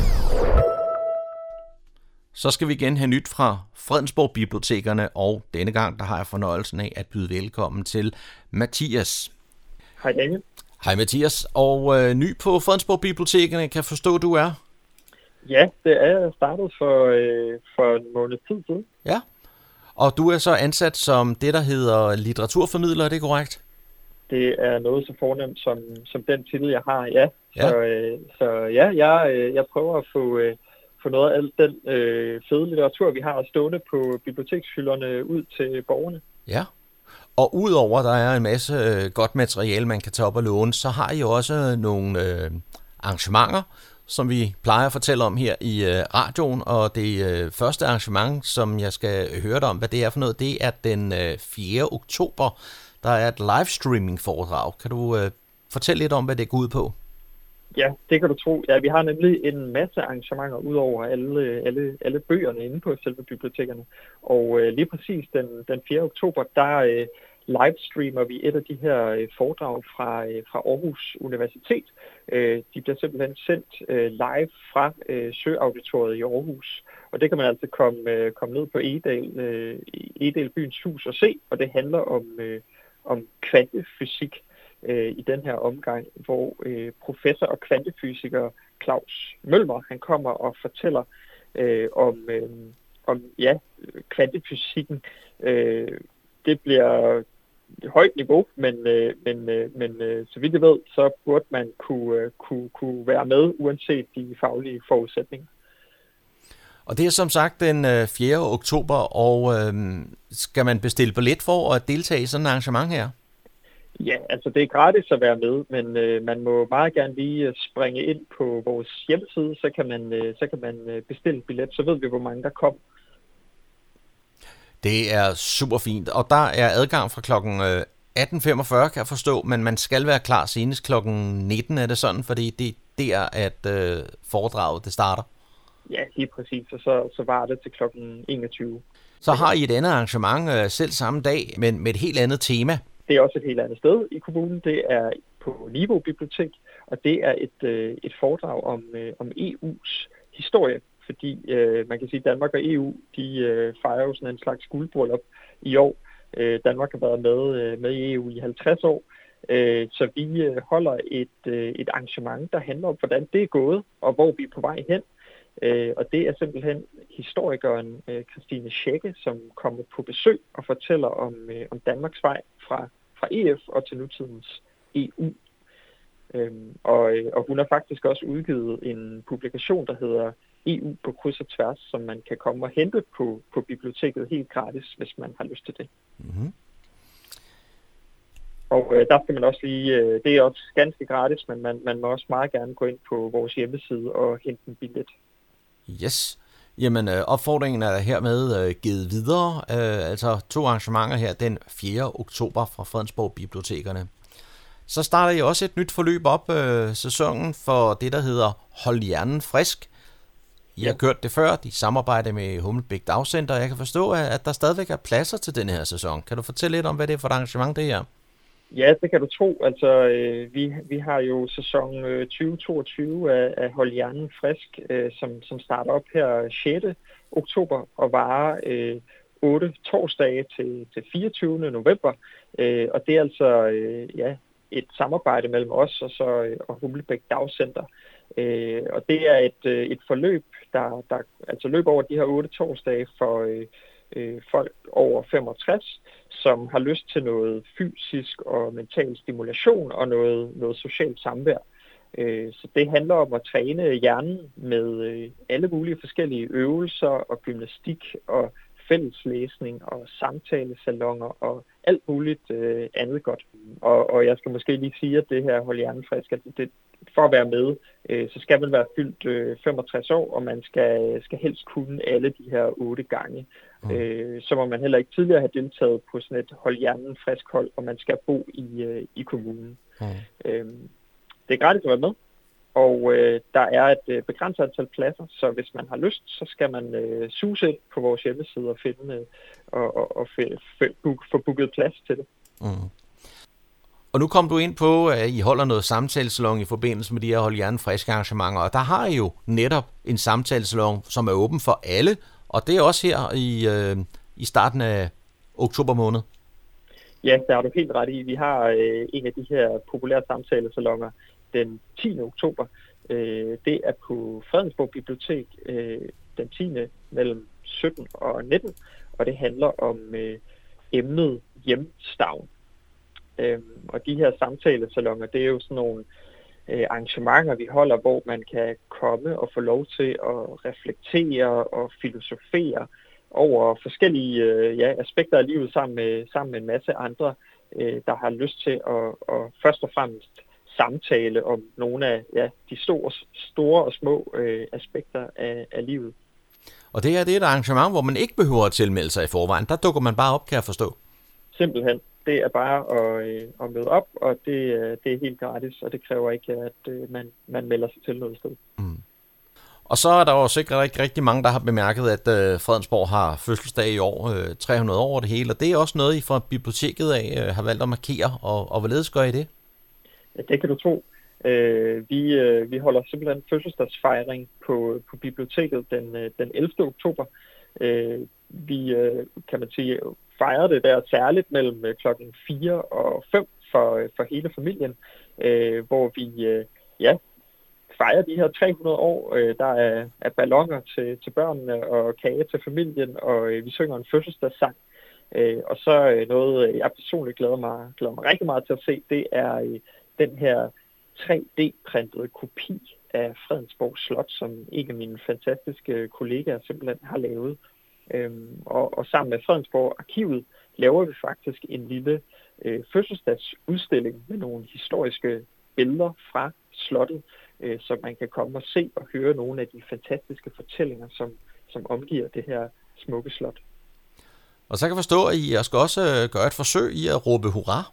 Så skal vi igen have nyt fra Fredensborg-bibliotekerne, og denne gang der har jeg fornøjelsen af at byde velkommen til Mathias. Hej Daniel. Hej Mathias, og øh, ny på Fredensborg-bibliotekerne, kan forstå, du er? Ja, det er jeg startet for, øh, for en måned tid siden. Ja, og du er så ansat som det, der hedder litteraturformidler, er det korrekt? Det er noget så fornemt som, som den titel, jeg har, ja. ja. Så, øh, så ja, jeg, jeg prøver at få, øh, få noget af al den øh, fede litteratur, vi har stående på bibliotekshylderne ud til borgerne. Ja, og udover der er en masse øh, godt materiale, man kan tage op og låne, så har I også nogle øh, arrangementer, som vi plejer at fortælle om her i øh, radioen, og det øh, første arrangement, som jeg skal høre dig om, hvad det er for noget, det er den øh, fjerde oktober. Der er et livestreaming-foredrag. Kan du øh, fortælle lidt om, hvad det går ud på? Ja, det kan du tro. Ja, vi har nemlig en masse arrangementer ud over alle, alle, alle bøgerne inde på selve bibliotekerne. Og øh, lige præcis den, den fjerde oktober, der øh, livestreamer vi et af de her øh, foredrag fra, øh, fra Aarhus Universitet. Øh, de bliver simpelthen sendt øh, live fra øh, Søauditoriet i Aarhus. Og det kan man altså komme, øh, komme ned på Egedal, øh, Egedal Byens Hus og se. Og det handler om, øh, om kvantefysik øh, i den her omgang, hvor øh, professor og kvantefysiker Claus Mølmer, han kommer og fortæller øh, om, øh, om ja, kvantefysikken. Øh, det bliver højt niveau, men, øh, men, øh, men øh, så vidt jeg ved, så burde man kunne, øh, kunne, kunne være med, uanset de faglige forudsætninger. Og det er som sagt den fjerde oktober, og øh, skal man bestille billet for at deltage i sådan et arrangement her? Ja, altså det er gratis at være med, men øh, man må meget gerne lige springe ind på vores hjemmeside, så kan man, øh, så kan man bestille billet, så ved vi, hvor mange der kommer. Det er super fint, og der er adgang fra klokken atten femogfyrre, kan jeg forstå, men man skal være klar senest klokken nitten, er det sådan, fordi det er der, at øh, foredraget det starter. Ja, lige præcis, og så, så var det til klokken enogtyve. Så har I et andet arrangement øh, selv samme dag, men med et helt andet tema. Det er også et helt andet sted i kommunen, det er på Niveau Bibliotek, og det er et, øh, et foredrag om, øh, om E U's historie. Fordi øh, man kan sige, at Danmark og E U, de øh, fejrer jo sådan en slags guldbryllup i år. Øh, Danmark har været med, øh, med i E U i halvtreds år, øh, så vi øh, holder et, øh, et arrangement, der handler om, hvordan det er gået, og hvor vi er på vej hen. Øh, og det er simpelthen historikeren øh, Christine Schække, som kommer på besøg og fortæller om, øh, om Danmarks vej fra, fra E F og til nutidens E U. Øhm, og, og hun har faktisk også udgivet en publikation, der hedder E U på kryds og tværs, som man kan komme og hente på, på biblioteket helt gratis, hvis man har lyst til det. Mm-hmm. Og øh, der skal man også lige, øh, det er også ganske gratis, men man, man må også meget gerne gå ind på vores hjemmeside og hente en billet. Yes. Jamen, øh, opfordringen er hermed øh, givet videre. Øh, altså to arrangementer her den fjerde oktober fra Fredensborg Bibliotekerne. Så starter I også et nyt forløb op, øh, sæsonen for det, der hedder Hold Hjernen Frisk. I har kørt det før, de samarbejder med Humlebæk Dagcenter, og jeg kan forstå, at der stadigvæk er pladser til den her sæson. Kan du fortælle lidt om, hvad det er for et arrangement, det her? Ja, det kan du tro. Altså, øh, vi, vi har jo sæson øh, tyve toogtyve af, af Hold Hjernen Frisk, øh, som, som starter op her sjette oktober og varer øh, otte torsdage til, til fireogtyvende november. Øh, og det er altså øh, ja, et samarbejde mellem os og så øh, og Humlebæk Dagcenter. Øh, og det er et, øh, et forløb, der, der altså løber over de her otte torsdage for øh, øh, folk over femogtres, som har lyst til noget fysisk og mental stimulation og noget, noget socialt samvær. Øh, så det handler om at træne hjernen med øh, alle mulige forskellige øvelser og gymnastik og fælleslæsning og samtalesalonger og alt muligt øh, andet godt. Og, og jeg skal måske lige sige, at det her Hold Hjernen Frisk, at det, for at være med, øh, så skal man være fyldt øh, femogtres år, og man skal, skal helst kunne alle de her otte gange. Mm. Øh, så må man heller ikke tidligere have deltaget på sådan et Hold Hjernen Frisk hold, og man skal bo i, øh, i kommunen. Mm. Øh, det er gratis at være med. Og øh, der er et øh, begrænset antal pladser, så hvis man har lyst, så skal man øh, suse ind på vores hjemmeside og finde øh, og, og, og f- f- book, få booket plads til det. Mm. Og nu kom du ind på, at I holder noget samtalesalon i forbindelse med de her Hold Hjernen Frisk arrangementer, og der har I jo netop en samtalesalon, som er åben for alle, og det er også her i, øh, i starten af oktober måned. Ja, der har du helt ret i. Vi har øh, en af de her populære samtalesalonger den tiende oktober. Øh, det er på Fredensborg Bibliotek øh, den tiende mellem sytten og nitten, og det handler om øh, emnet hjemstavn. Øh, og de her samtalesalonger, det er jo sådan nogle øh, arrangementer, vi holder, hvor man kan komme og få lov til at reflektere og filosofere over forskellige øh, ja, aspekter af livet sammen med, sammen med en masse andre, øh, der har lyst til at, at først og fremmest samtale om nogle af ja, de store, store og små øh, aspekter af, af livet. Og det her det er et arrangement, hvor man ikke behøver at tilmelde sig i forvejen. Der dukker man bare op, kan jeg forstå. Simpelthen. Det er bare at, øh, at møde op, og det, det er helt gratis, og det kræver ikke, at øh, man, man melder sig til noget sted. Mm. Og så er der jo sikkert ikke rigtig mange, der har bemærket, at øh, Fredensborg har fødselsdag i år, øh, tre hundrede år over det hele, og det er også noget, I fra biblioteket af øh, har valgt at markere, og, og hvorledes gør I det? Ja, det kan du tro. Øh, vi, øh, vi holder simpelthen fødselsdagsfejring på, på biblioteket den, øh, den ellevte oktober. Øh, vi, øh, kan man sige, fejrer det der særligt mellem øh, klokken fire og fem for, øh, for hele familien, øh, hvor vi øh, ja, fejrer de her tre hundrede år. Øh, der er, er balloner til, til børnene og kage til familien, og øh, vi synger en fødselsdagssang. Øh, og så øh, noget, jeg personligt glæder mig, glæder mig rigtig meget til at se, det er øh, den her tre D-printede kopi af Fredensborg Slot, som en af mine fantastiske kollegaer simpelthen har lavet. Øhm, og, og sammen med Fredensborg Arkivet laver vi faktisk en lille øh, fødselsdagsudstilling med nogle historiske billeder fra slottet, øh, så man kan komme og se og høre nogle af de fantastiske fortællinger, som, som omgiver det her smukke slot. Og så kan jeg forstå, at I skal også gøre et forsøg i at råbe hurra.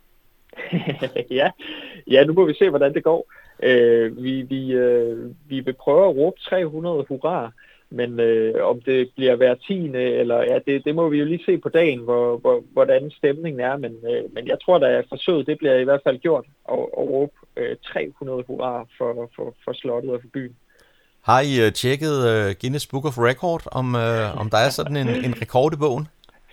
ja. ja, nu må vi se, hvordan det går. Øh, vi, vi, øh, vi vil prøve at råbe tre hundrede hurra, men øh, om det bliver hver tiende, eller ja, det, det må vi jo lige se på dagen, hvor, hvor, hvordan stemningen er. Men, øh, men jeg tror, at forsøget det bliver i hvert fald gjort at, at råbe øh, tre hundrede hurra for, for, for slottet og for byen. Har I uh, tjekket uh, Guinness Book of Record, om, uh, om der er sådan en, en rekord i bogen?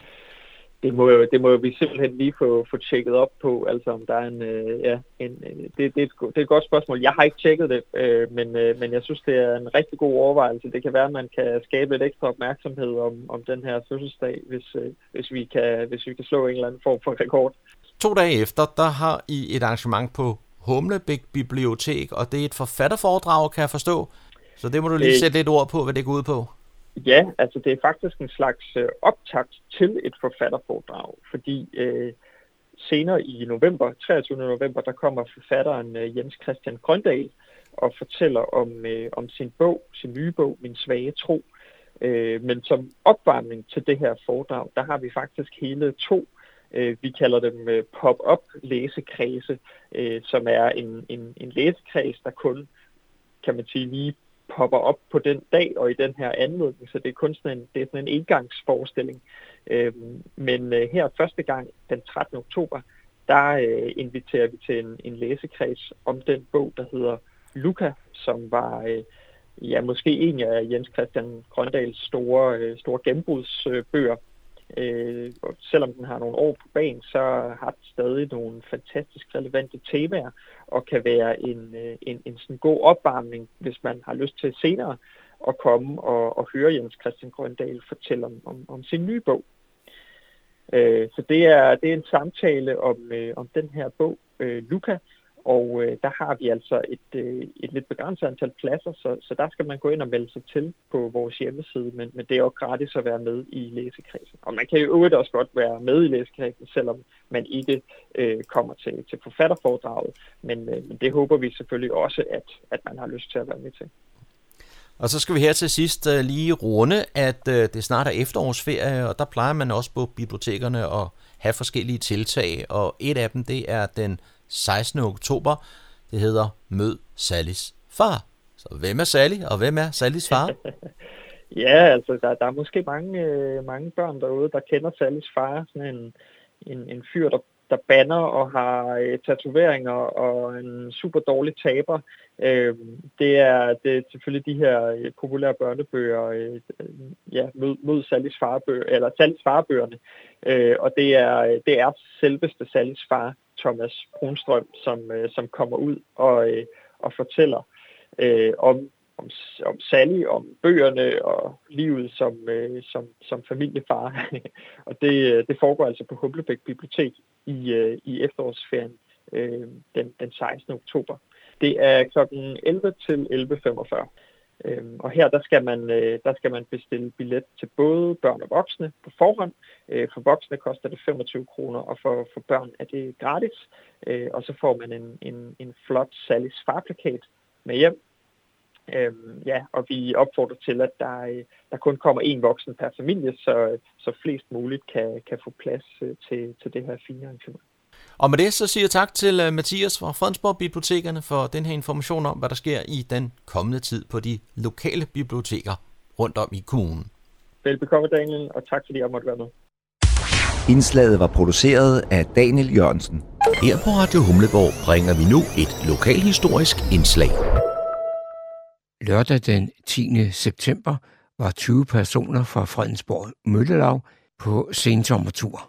Det må, det må vi simpelthen lige få, få tjekket op på, altså om der er en, øh, ja, en det, det, er et, det er et godt spørgsmål. Jeg har ikke tjekket det, øh, men, øh, men jeg synes, det er en rigtig god overvejelse. Det kan være, at man kan skabe lidt ekstra opmærksomhed om, om den her fødselsdag, hvis, øh, hvis, vi kan, hvis vi kan slå en eller anden form for rekord. To dage efter, der har I et arrangement på Humlebæk Bibliotek, og det er et forfatterforedrag, kan jeg forstå. Så det må du lige sætte lidt ord på, hvad det går ud på. Ja, altså det er faktisk en slags øh, optakt til et forfatterforedrag, fordi øh, senere i november, treogtyvende november, der kommer forfatteren øh, Jens Christian Grøndahl og fortæller om, øh, om sin bog, sin nye bog, Min svage tro. Øh, men som opvarmning til det her foredrag, der har vi faktisk hele to, øh, vi kalder dem øh, pop-up læsekredse, øh, som er en, en, en læsekreds, der kun, kan man sige, lige popper op på den dag og i den her anledning, så det er kun sådan en, det er sådan en engangsforestilling. Øhm, men øh, her første gang, den trettende oktober, der øh, inviterer vi til en, en læsekreds om den bog, der hedder Luca, som var øh, ja, måske en af Jens Christian Grøndahls store, øh, store gennembrudsbøger. Øh, og selvom den har nogle år på banen, så har den stadig nogle fantastisk relevante temaer, og kan være en, en, en sådan god opvarmning, hvis man har lyst til senere at komme og, og høre Jens Christian Grøndahl fortælle om, om, om sin nye bog. Øh, så det er, det er en samtale om, øh, om den her bog, øh, Luca, og øh, der har vi altså et, øh, et lidt begrænset antal pladser, så, så der skal man gå ind og melde sig til på vores hjemmeside, men, men det er også gratis at være med i læsekredsen. Og man kan jo øvrigt også godt være med i læsekredsen, selvom man ikke øh, kommer til, til forfatterforedraget, men, øh, men det håber vi selvfølgelig også, at, at man har lyst til at være med til. Og så skal vi her til sidst uh, lige runde, at uh, det snart er efterårsferie, og der plejer man også på bibliotekerne at have forskellige tiltag, og et af dem, det er den sekstende oktober. Det hedder Mød Sallys far. Så hvem er Sally, og hvem er Sallys far? Ja, altså der, der er måske mange, øh, mange børn derude, der kender Sallys far. Sådan en, en, en fyr, der, der banner og har øh, tatoveringer og en super dårlig taber. Øh, det, er, det er selvfølgelig de her øh, populære børnebøger, øh, ja, mod, mod Sallys farbøger, eller Sallys farbøgerne. Øh, og det er, det er selveste Sallys far, Thomas Brunstrøm, som, øh, som kommer ud og, øh, og fortæller øh, om, om, om Sally, om bøgerne og livet som, øh, som, som familiefar. Og det, det foregår altså på Humlebæk Bibliotek i, øh, i efterårsferien øh, den, den sekstende oktober. Det er klokken elleve til elleve femogfyrre. Øhm, og her der skal, man, øh, der skal man bestille billet til både børn og voksne på forhånd. Øh, for voksne koster det femogtyve kroner, og for, for børn er det gratis. Øh, og så får man en, en, en flot Sallys farplakat med hjem. Øhm, ja, og vi opfordrer til, at der, øh, der kun kommer én voksen per familie, så, så flest muligt kan, kan få plads øh, til, til det her fine arrangement. Og med det så siger jeg tak til uh, Mathias fra Fredensborg Bibliotekerne for den her information om, hvad der sker i den kommende tid på de lokale biblioteker rundt om i kommunen. Velbekomme, Daniel, og tak fordi jeg måtte være med. Indslaget var produceret af Daniel Jørgensen. Her på Radio Humleborg bringer vi nu et lokalhistorisk indslag. Lørdag den tiende september var tyve personer fra Fredensborg Møllelaug på sensommertur.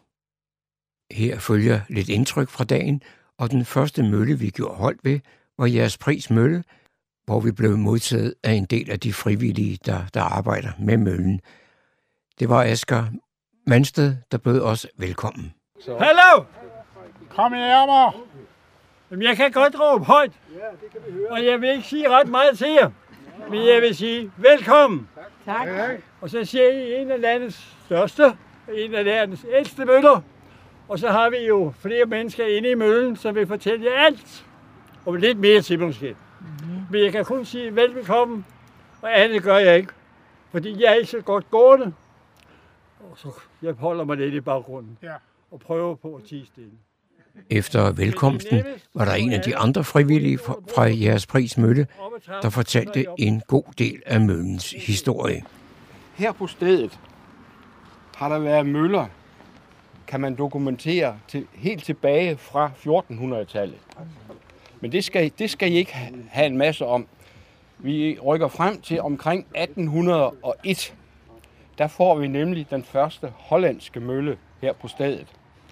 Her følger lidt indtryk fra dagen, og den første mølle, vi gjorde holdt ved, var Jægerspris Mølle, hvor vi blev modtaget af en del af de frivillige, der, der arbejder med møllen. Det var Asger Mansted, der bød os velkommen. Så. Hallo! Kom nærmere! Jamen, jeg kan godt råbe højt, og jeg vil ikke sige ret meget til jer, men jeg vil sige velkommen. Tak. Og så siger I en af landets største, en af landets ældste møller. Og så har vi jo flere mennesker inde i møllen, som vil fortælle jer alt. Og lidt mere til måske. Mm-hmm. Men jeg kan kun sige velbekomme, og andet gør jeg ikke. Fordi jeg er ikke så godt gående. Og så jeg holder mig lidt i baggrunden. Ja. Og prøver på at tie stille. Efter velkomsten var der en af de andre frivillige fra Jægerspris Mølle, der fortalte en god del af møllens historie. Her på stedet har der været møller, kan man dokumentere til, helt tilbage fra fjortenhundredetallet. Men det skal, det skal I ikke have en masse om. Vi rykker frem til omkring atten hundrede og et. Der får vi nemlig den første hollandske mølle her på stedet.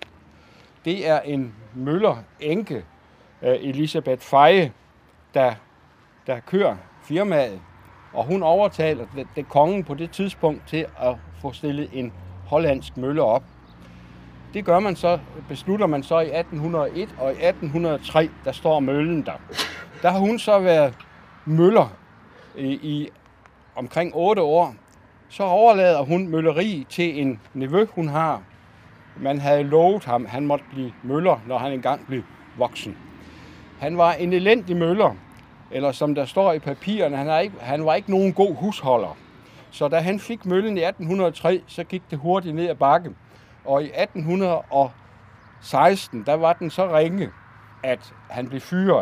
Det er en møllerenke, Elisabeth Feje, der, der kører firmaet. Og hun overtaler det, det kongen på det tidspunkt til at få stillet en hollandsk mølle op. Det gør man så, beslutter man så i atten hundrede og et, og i atten hundrede og tre, der står møllen der. Der har hun så været møller i, i omkring otte år. Så overlader hun mølleri til en nevø, hun har. Man havde lovet ham, han måtte blive møller, når han engang blev voksen. Han var en elendig møller, eller som der står i papirerne, han, er ikke, han var ikke nogen god husholder. Så da han fik møllen i atten hundrede og tre, så gik det hurtigt ned ad bakke. Og i atten hundrede og seksten, der var den så ringe, at han blev fyret.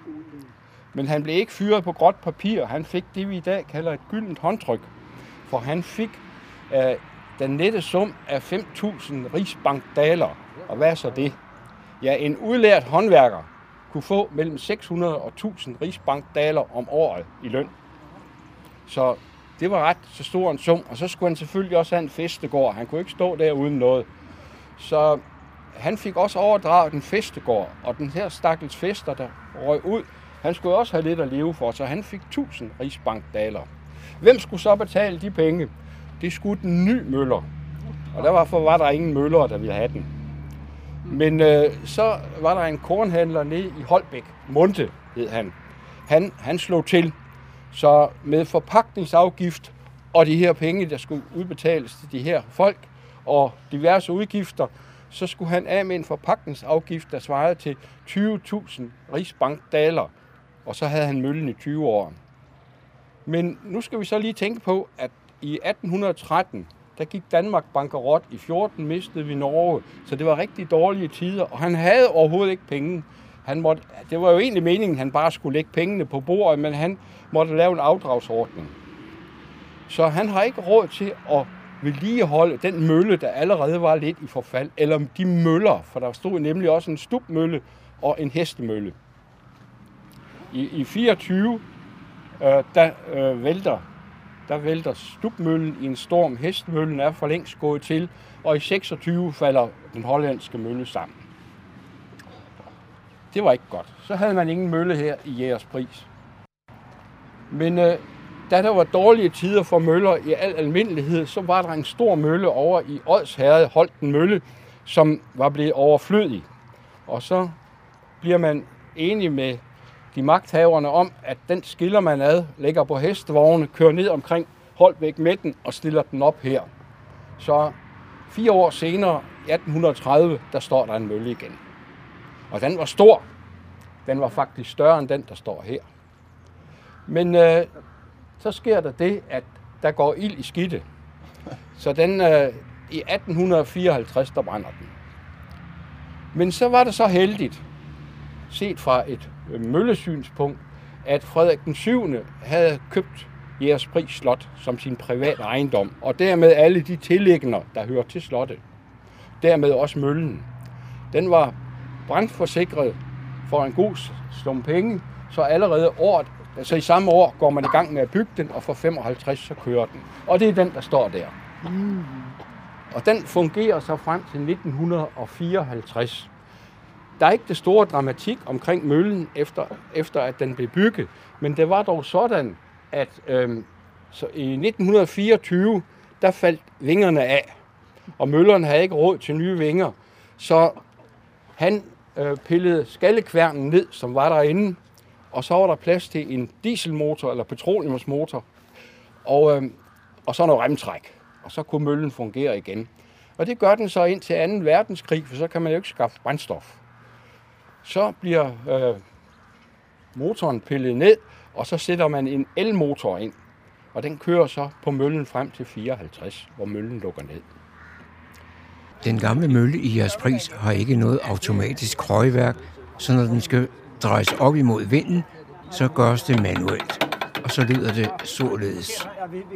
Men han blev ikke fyret på gråt papir. Han fik det, vi i dag kalder et gyldent håndtryk. For han fik øh, den nette sum af fem tusind rigsbankdaler. Og hvad er så det? Ja, en udlært håndværker kunne få mellem seks hundrede og tusind rigsbankdaler om året i løn. Så Det var ret så stor en sum, og så skulle han selvfølgelig også have en festegård. Han kunne ikke stå der uden noget. Så han fik også overdraget en festegård, og den her stakkels fester, der røg ud, han skulle også have lidt at leve for, så han fik tusind rigsbankdaler. Hvem skulle så betale de penge? Det skulle den nye møller, og derfor var der ingen møller, der ville have den. Men øh, så var der en kornhandler nede i Holbæk, Munte hed han. Han, han slog til, så med forpagtningsafgift og de her penge, der skulle udbetales til de her folk, og diverse udgifter, så skulle han af med en forpagtningsafgift, der svarede til tyve tusind rigsbankdaler, og så havde han møllen i tyve år. Men nu skal vi så lige tænke på, at i atten tretten, der gik Danmark bankerot, i fjorten mistede vi Norge, så det var rigtig dårlige tider, og han havde overhovedet ikke penge. Han måtte, det var jo egentlig meningen, at han bare skulle lægge pengene på bordet, men han måtte lave en afdragsordning. Så han har ikke råd til at vedligeholde den mølle, der allerede var lidt i forfald, eller de møller, for der stod nemlig også en stubmølle og en hestemølle. I, i fireogtyve, øh, der øh, vælter der vælter stubmøllen i en storm. Hestemøllen er for længst gået til, og i seksogtyve falder den hollandske mølle sammen. Det var ikke godt. Så havde man ingen mølle her i Jægerspris. Men øh, da der var dårlige tider for møller i al almindelighed, så var der en stor mølle over i Odsherred, Holten Mølle, som var blevet overflødig. Og så bliver man enig med de magthaverne om, at den skiller man ad, lægger på hestevogne, kører ned omkring Holbæk Midten og stiller den op her. Så fire år senere, i atten tredive, der står der en mølle igen. Og den var stor. Den var faktisk større end den, der står her. Men øh, så sker der det, at der går ild i skidte. Så den, øh, i atten fireoghalvtreds, der brænder den. Men så var det så heldigt, set fra et møllesynspunkt, at Frederik den syvende havde købt Jægerspris Slot som sin private ejendom, og dermed alle de tilliggender, der hører til slottet. Dermed også møllen. Den var brandforsikret for en god sum penge, så allerede året, altså i samme år går man i gang med at bygge den, og for femoghalvtreds så kører den. Og det er den, der står der. Mm. Og den fungerer så frem til nitten fireoghalvtreds. Der er ikke det store dramatik omkring møllen, efter, efter at den blev bygget, men det var dog sådan, at øhm, så i nitten fireogtyve, der faldt vingerne af, og mølleren havde ikke råd til nye vinger, så han øh, pillede skallekværnen ned, som var derinde, og så var der plads til en dieselmotor eller petroleumsmotor, og, øh, og så noget remtræk, og så kunne møllen fungere igen. Og det gør den så ind til anden verdenskrig, for så kan man jo ikke skaffe brændstof. Så bliver øh, motoren pillet ned, og så sætter man en elmotor ind, og den kører så på møllen frem til fireoghalvtreds, hvor møllen lukker ned. Den gamle mølle i Jægerspris har ikke noget automatisk krøjeværk, så når den skal drejes op imod vinden, så gøres det manuelt. Og så lyder det således.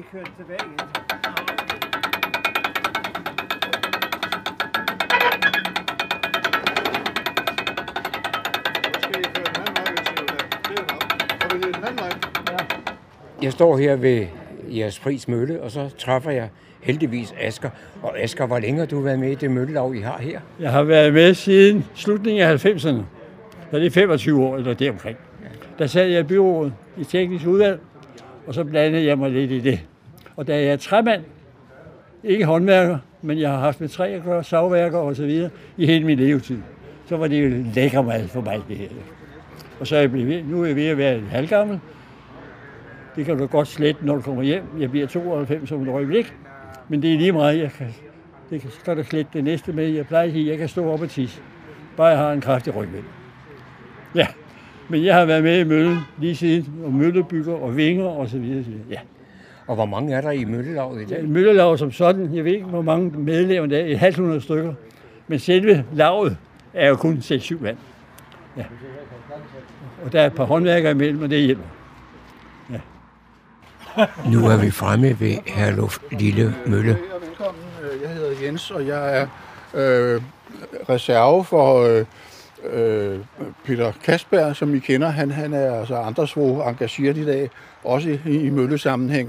Jeg står her ved Jægerspris Mølle, og så træffer jeg heldigvis Asger. Og Asger, hvor længe har du været med i det møllelav, I har her? Jeg har været med siden slutningen af halvfemserne. Så det er femogtyve år eller deromkring. Der sad jeg i byrådet i teknisk udvalg, og så blandede jeg mig lidt i det. Og da jeg er træmand, ikke håndværker, men jeg har haft med træ at gøre, savværker og så videre i hele min levetid, så var det jo lækker mad for mig, det her. Og så er jeg blevet ved. Nu er jeg ved at være halvgammel. Det kan du godt slette, når du kommer hjem. Jeg bliver tooghalvfems om et øjeblik, men det er lige meget. Jeg kan, det kan, så kan du slette det næste med. Jeg plejer at sige, at jeg kan stå op og tisse. Bare jeg har en kraftig rygvind. Ja, men jeg har været med i møllen lige siden, og møllebygger og vinger og så videre. Ja. Og hvor mange er der i møllelavet i dag? Møllelavet som sådan, jeg ved ikke, hvor mange medlemmer der er, et halvt hundrede stykker. Men selve lavet er jo kun seks syv mand. Ja. Og der er et par håndværkere imellem, og det hjælper. Ja. Nu er vi fremme ved Herluf Lille Mølle. Velkommen, jeg hedder Jens, og jeg er øh, reserve for øh, øh, Peter Kasberg, som I kender. Han, han er altså andresvog engageret i dag, også i, i møllesammenhæng.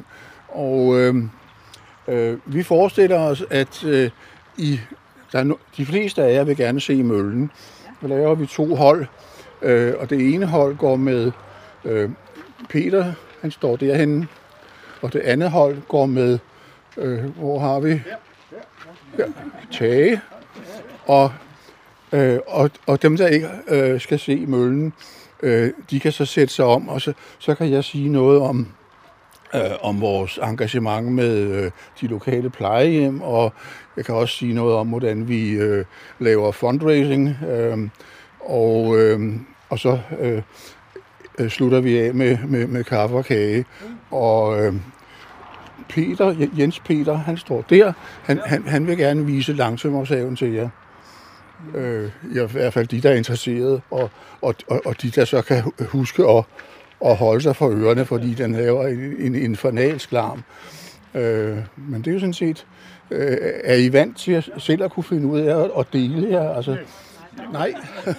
Og øh, øh, vi forestiller os, at øh, i, der er no, de fleste af jer vil gerne se møllen. Så laver vi to hold, øh, og det ene hold går med øh, Peter, han står derhenne, og det andet hold går med, øh, hvor har vi? Ja, Tage. Og, øh, og, og dem, der ikke øh, skal se møllen, øh, de kan så sætte sig om, og så, så kan jeg sige noget om, øh, om vores engagement med øh, de lokale plejehjem, og jeg kan også sige noget om, hvordan vi øh, laver fundraising, øh, og, øh, og så øh, øh, slutter vi af med, med, med kaffe og kage. Og øh, Peter, Jens Peter, han står der. Han, han, han vil gerne vise langsommershaven til jer. Øh, I hvert fald de, der er interesserede, og, og, og de, der så kan huske at, at holde sig for ørerne, fordi den laver en, en infernalsk larm. Øh, men det er jo sådan set, øh, er I vant til at selv at kunne finde ud af at, at dele her? Altså, nej.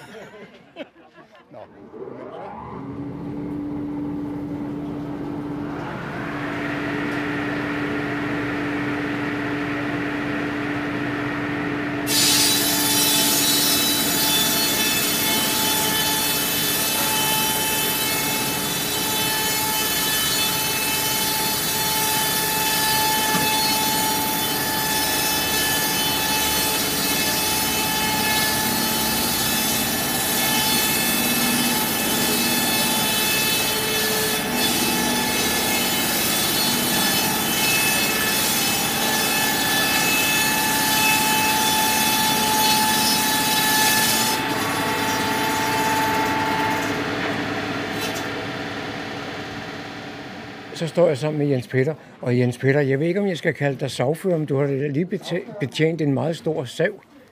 Så står jeg sammen med Jens Peter, og Jens Peter, jeg ved ikke, om jeg skal kalde dig sagfører, men du har lige betjent en meget stor sav.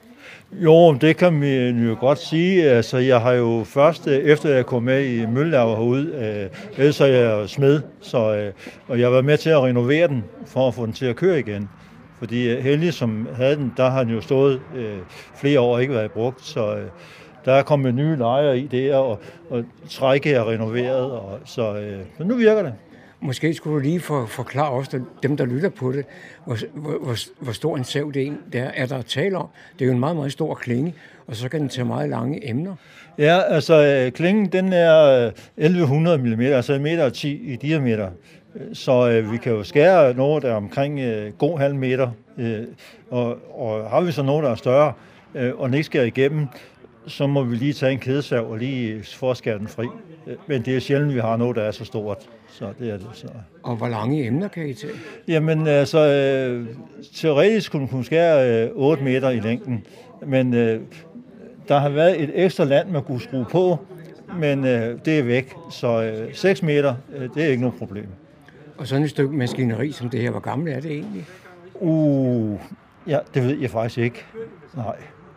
Jo, det kan vi jo godt sige. Altså, jeg har jo først, efter jeg kom med i møllelaver herude, ellers så er jeg smed, så, og jeg har været med til at renovere den, for at få den til at køre igen. Fordi Helge, som havde den, der har den jo stået øh, flere år og ikke været brugt, så øh, der er kommet nye lejer i det, og, og trækket er renoveret, og, så, øh, så nu virker det. Måske skulle du lige for, forklare også dem, der lytter på det, hvor, hvor, hvor stor en sav det er, der er der at tale om. Det er jo en meget, meget stor klinge, og så kan den tage meget lange emner. Ja, altså klingen den er elleve hundrede millimeter, altså en meter og ti i diameter. Så øh, vi kan jo skære noget, der er omkring øh, god halv meter, øh, og, og har vi så noget, der er større, øh, og den ikke skærer igennem, så må vi lige tage en kædesav og lige forskære den fri. Men det er sjældent, vi har noget, der er så stort. Så det er det, så. Og hvor lange emner kan I tage? Jamen, altså, øh, teoretisk kunne man kunne skære øh, otte meter i længden, men øh, der har været et ekstra land, man kunne skrue på, men øh, det er væk, så øh, seks meter, øh, det er ikke noget problem. Og sådan et stykke maskineri som det her, hvor gammelt er det egentlig? Uh, ja, det ved jeg faktisk ikke. Nej.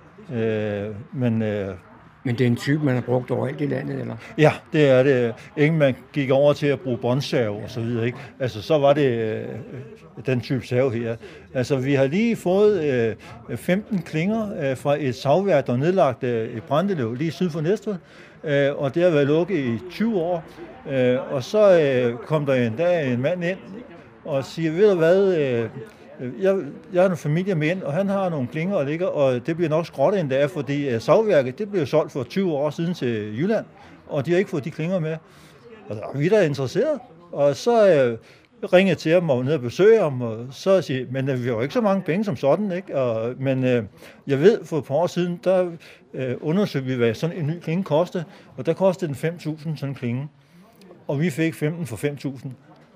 Øh, men, øh, men det er en type, man har brugt overalt i landet, eller? Ja, det er det. Inden man gik over til at bruge båndsav og så videre, ikke? Altså, så var det øh, den type sav her. Altså, vi har lige fået øh, femten klinger øh, fra et savværk, der er nedlagt øh, i Brandeløv, lige syd for Næstved, øh, og det har været lukket i tyve år. Øh, og så øh, kom der en dag en mand ind og siger, ved du hvad, øh, Jeg, jeg har en familie med ind, og han har nogle klinger og ligger, og det bliver nok skrottet en dag, fordi savværket, det blev solgt for tyve år siden til Jylland, og de har ikke fået de klinger med. Og vi er da interesseret. Og så øh, ringede jeg til ham og var nede og besøge ham, og så siger men øh, vi har jo ikke så mange penge som sådan, ikke? Og, men øh, jeg ved, for et par år siden, der øh, undersøgte vi, hvad sådan en ny klinge kostede, og der kostede den fem tusind sådan en klinge. Og vi fik femten for fem tusind.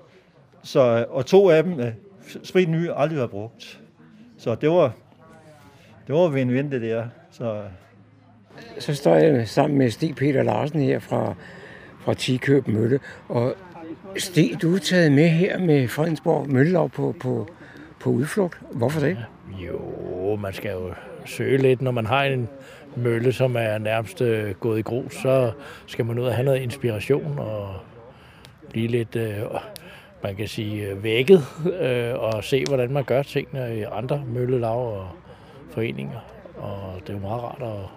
Så, og to af dem, øh, sprit nye, aldrig været brugt. Så det var, det var win-win det der. Så. Så står jeg sammen med Stig Peter Larsen her fra, fra Tikøb Mølle. Og Stig, du er taget med her med Fredensborg Møllelav på, på, på udflugt. Hvorfor det? Jo, man skal jo søge lidt. Når man har en mølle, som er nærmest øh, gået i grus, så skal man ud og have noget inspiration og blive lidt... Øh, man kan sige, vækket øh, og se, hvordan man gør tingene i andre møllelav og foreninger. Og det er jo meget rart at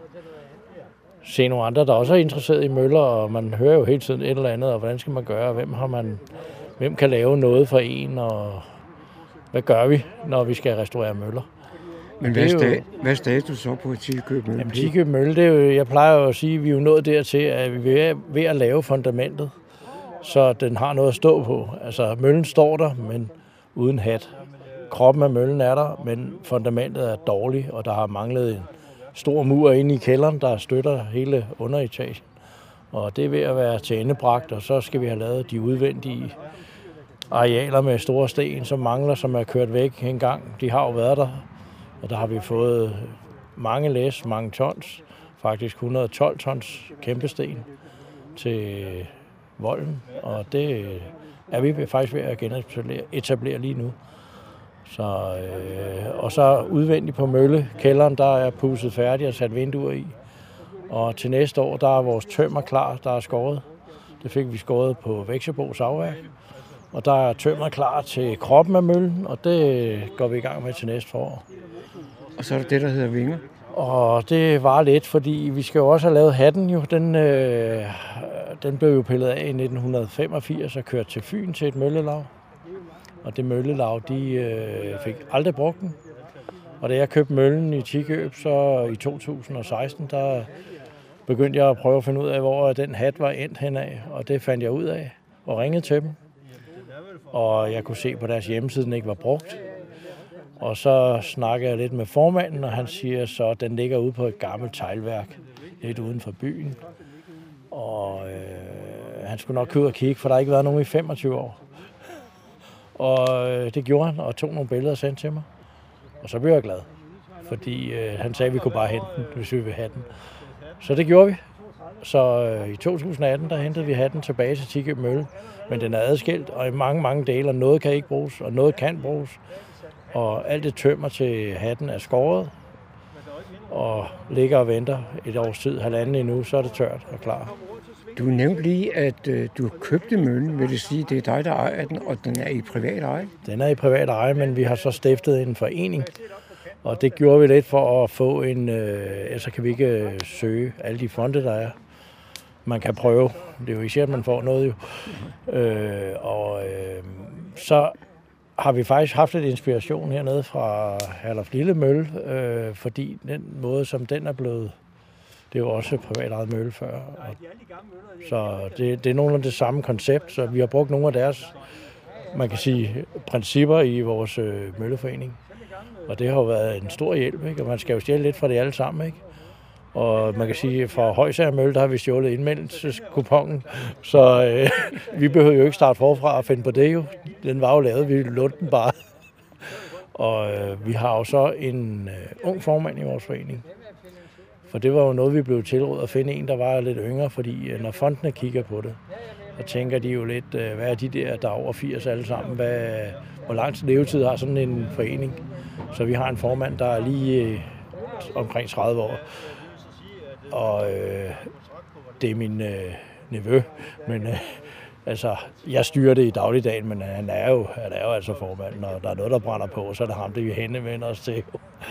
se nogle andre, der også er interesseret i møller, og man hører jo hele tiden et eller andet, og hvordan skal man gøre, og hvem har man hvem kan lave noget for en, og hvad gør vi, når vi skal restaurere møller. Men hvad er, sta- hvad er status så på Tikøb Mølle? Jamen, Tikøb Mølle, det er jo, jeg plejer jo at sige, at vi er jo nået dertil, at vi er ved at lave fundamentet, så den har noget at stå på. Altså, møllen står der, men uden hat. Kroppen af møllen er der, men fundamentet er dårligt, og der har manglet en stor mur inde i kælderen, der støtter hele underetagen. Og det er ved at være til endebragt, og så skal vi have lavet de udvendige arealer med store sten, som mangler, som er kørt væk en gang. De har jo været der, og der har vi fået mange læs, mange tons, faktisk et hundrede og tolv tons kæmpesten til volden, og det er vi faktisk ved at genetablere lige nu. Så, øh, og så udvendigt på møllekælderen, der er pudset færdig og sat vinduer i. Og til næste år, der er vores tømmer klar, der er skåret. Det fik vi skåret på Vexjebo savværk. Og der er tømmer klar til kroppen af møllen, og det går vi i gang med til næste forår. Og så er der det, der hedder vinger. Og det var lidt, fordi vi skal jo også have lavet hatten jo. Den, øh, den blev jo pillet af i nitten femogfirs og kørt til Fyn til et møllelav. Og det møllelav, de øh, fik aldrig brugt den. Og da jeg købte møllen i Tikøb, så i to tusind og seksten, der begyndte jeg at prøve at finde ud af, hvor den hat var endt henad. Og det fandt jeg ud af og ringede til dem. Og jeg kunne se på deres hjemmeside, den ikke var brugt. Og så snakkede jeg lidt med formanden, og han siger så, at den ligger ude på et gammelt teglværk, lidt uden for byen. Og øh, han skulle nok køre og kigge, for der har ikke været nogen i femogtyve år. Og øh, det gjorde han, og tog nogle billeder og sendte til mig. Og så blev jeg glad, fordi øh, han sagde, at vi kunne bare hente den, hvis vi ville have den. Så det gjorde vi. Så øh, i to tusind og atten, der hentede vi hatten tilbage til Tikøb Mølle. Men den er adskilt, og i mange, mange dele, og noget kan ikke bruges, og noget kan bruges. Og alt det tømmer til hatten er skåret, og ligger og venter et års tid, halvanden endnu, så er det tørt og klar. Du nævnte lige, at øh, du købte møllen. Vil det sige, at det er dig, der ejer den, og den er i privat eje? Den er i privat eje, men vi har så stiftet en forening, og det gjorde vi lidt for at få en... Øh, ellers kan vi ikke øh, søge alle de fonde, der er. Man kan prøve. Det er jo ikke at man får noget jo. Øh, og øh, så har vi faktisk haft lidt inspiration hernede fra Herluf Lille Mølle, øh, fordi den måde, som den er blevet, det er jo også privat ejet mølle før. Og så det, det er nogenlunde det samme koncept, så vi har brugt nogle af deres, man kan sige, principper i vores øh, mølleforening. Og det har jo været en stor hjælp, ikke? Og man skal jo stjæle lidt fra det alle sammen, ikke? Og man kan sige, at fra Højsager Mølle, der har vi stjålet indmeldelseskupongen, så øh, vi behøver jo ikke starte forfra og finde på det jo. Den var jo lavet, vi lånte den bare. Og øh, vi har jo så en øh, ung formand i vores forening. For det var jo noget, vi blev tilrådet at finde en, der var lidt yngre, fordi øh, når fondene kigger på det, så tænker de jo lidt, øh, hvad er de der, der er over firs alle sammen? Hvad, hvor lang levetid har sådan en forening? Så vi har en formand, der er lige øh, omkring tredive år. Og øh, det er min øh, nevø, men øh, altså, jeg styrer det i dagligdagen, men han er jo, han er jo altså formand. Når der er noget, der brænder på, så er det ham, det vi henvender os til.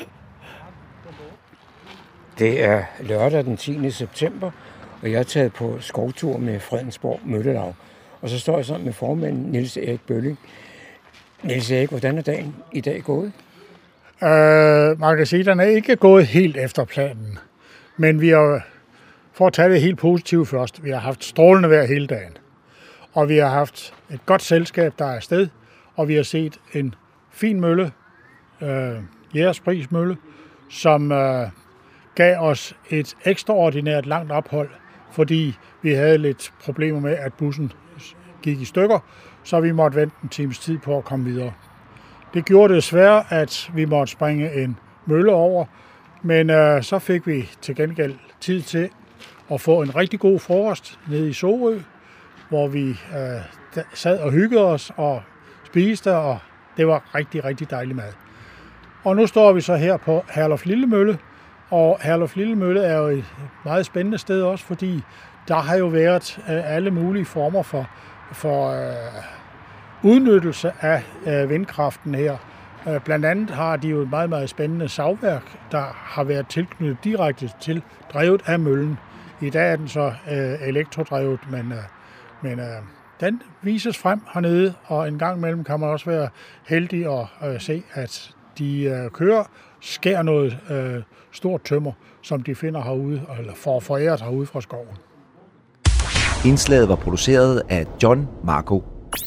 Det er lørdag den tiende september, og jeg er taget på skovtur med Fredensborg Møllelav. Og så står jeg sammen med formanden Niels Erik Bølling. Niels Erik, hvordan er dagen i dag gået? Øh, man kan sige, at den er ikke gået helt efter planen. Men vi har, for at tage det helt positivt først, vi har haft strålende vejr hele dagen. Og vi har haft et godt selskab, der er afsted, og vi har set en fin mølle, øh, Jægerspris Mølle, som øh, gav os et ekstraordinært langt ophold, fordi vi havde lidt problemer med, at bussen gik i stykker, så vi måtte vente en times tid på at komme videre. Det gjorde det svært, at vi måtte springe en mølle over, men øh, så fik vi til gengæld tid til at få en rigtig god frokost nede i Sorø, hvor vi øh, sad og hyggede os og spiste, og det var rigtig, rigtig dejlig mad. Og nu står vi så her på Herluf Lille Mølle, og Herluf Lille Mølle er jo et meget spændende sted også, fordi der har jo været øh, alle mulige former for, for øh, udnyttelse af øh, vindkraften her. Øh, blandt andet har de jo et meget, meget spændende savværk, der har været tilknyttet direkte til drevet af møllen. I dag er den så øh, elektrodrevet, men, øh, men øh, den vises frem hernede, og en gang imellem kan man også være heldig at øh, se, at de øh, kører, skærer noget øh, stort tømmer, som de finder herude, eller får foræret herude fra skoven. Indslaget var produceret af John Marco.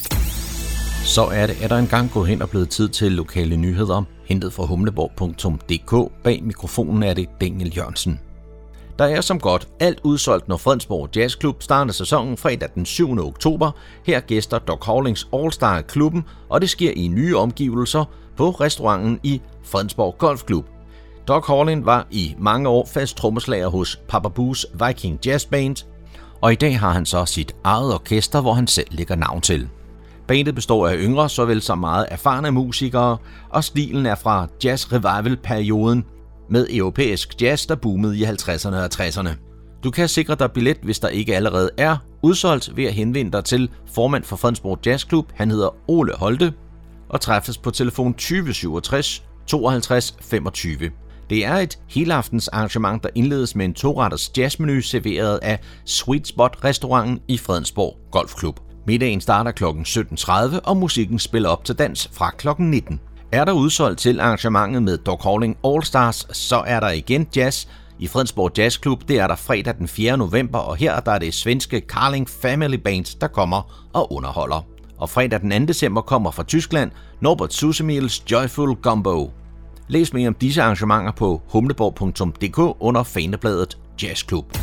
Så er det, at der engang gået hen og blevet tid til lokale nyheder, hentet fra humleborg punktum d k. Bag mikrofonen er det Daniel Jørgensen. Der er som godt alt udsolgt, når Fredensborg Jazzklub starter sæsonen fredag den syvende oktober. Her gæster Doc Hawlings All-Star klubben, og det sker i nye omgivelser på restauranten i Fredensborg Golfklub. Doc Hawling var i mange år fast trommeslager hos Papa Boos Viking Jazz Band, og i dag har han så sit eget orkester, hvor han selv lægger navn til. Bandet består af yngre, såvel som meget erfarne musikere, og stilen er fra jazz revival-perioden med europæisk jazz, der boomede i halvtredserne og tresserne. Du kan sikre dig billet, hvis der ikke allerede er udsolgt, ved at henvende dig til formand for Fredensborg Jazzklub. Han hedder Ole Holte og træffes på telefon tyve syvogtres tooghalvtreds femogtyve. Det er et helaftens arrangement, der indledes med en to-retters jazzmenu serveret af Sweet Spot-restauranten i Fredensborg Golfklub. Middagen starter klokken sytten tredive, og musikken spiller op til dans fra klokken nitten. Er der udsolgt til arrangementet med Doc Hawling All Stars, så er der igen jazz i Fredensborg Jazzklub. Det er der fredag den fjerde november, og her der er det svenske Carling Family Band, der kommer og underholder. Og fredag den anden december kommer fra Tyskland Norbert Susemils Joyful Gumbo. Læs mere om disse arrangementer på humleborg punktum d k under fanebladet Jazzklub.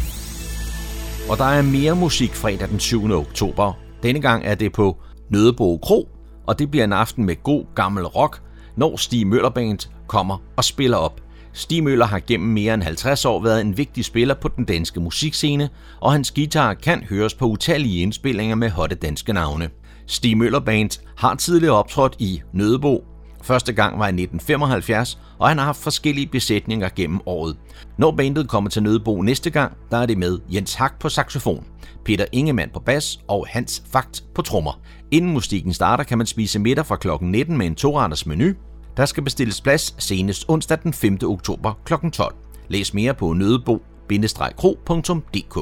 Og der er mere musik fredag den syvende oktober. Denne gang er det på Nødebo Kro, og det bliver en aften med god gammel rock, når Stig Møller Band kommer og spiller op. Stig Møller har gennem mere end halvtreds år været en vigtig spiller på den danske musikscene, og hans guitar kan høres på utallige indspillinger med hotte danske navne. Stig Møller Band har tidligere optrådt i Nødebo. Første gang var i nitten femoghalvfjerds, og han har haft forskellige besætninger gennem året. Når bandet kommer til Nødebo næste gang, der er det med Jens Hak på saxofon, Peter Ingemann på bas og Hans Fagt på trommer. Inden musikken starter, kan man spise middag fra klokken nitten med en to-retters menu. Der skal bestilles plads senest onsdag den femte oktober klokken tolv. Læs mere på nødebo bindestreg kro punktum d k.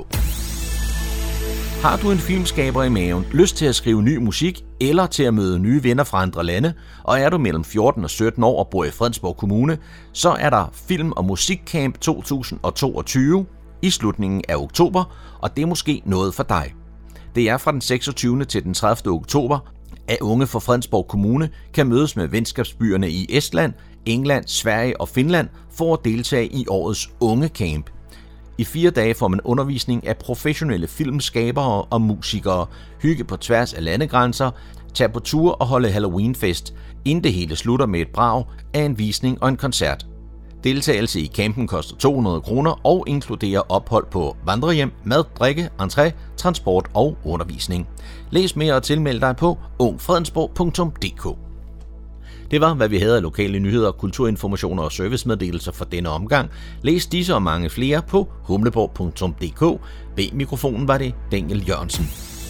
Har du en filmskaber i maven, lyst til at skrive ny musik eller til at møde nye venner fra andre lande, og er du mellem fjorten og sytten år og bor i Fredensborg Kommune, så er der Film- og Musikcamp to tusind toogtyve i slutningen af oktober, og det er måske noget for dig. Det er fra den seksogtyvende til den tredivte oktober, at unge fra Fredensborg Kommune kan mødes med venskabsbyerne i Estland, England, Sverige og Finland for at deltage i årets Ungecamp. I fire dage får man undervisning af professionelle filmskabere og musikere, hygge på tværs af landegrænser, tage på tur og holde Halloweenfest, inden det hele slutter med et brag af en visning og en koncert. Deltagelse i campen koster to hundrede kroner og inkluderer ophold på vandrehjem, mad, drikke, entré, transport og undervisning. Læs mere og tilmeld dig på ungfredensborg punktum d k. Det var, hvad vi havde af lokale nyheder, kulturinformationer og servicemeddelelser for denne omgang. Læs disse og mange flere på humleborg punktum d k. Bag mikrofonen var det Daniel Jørgensen.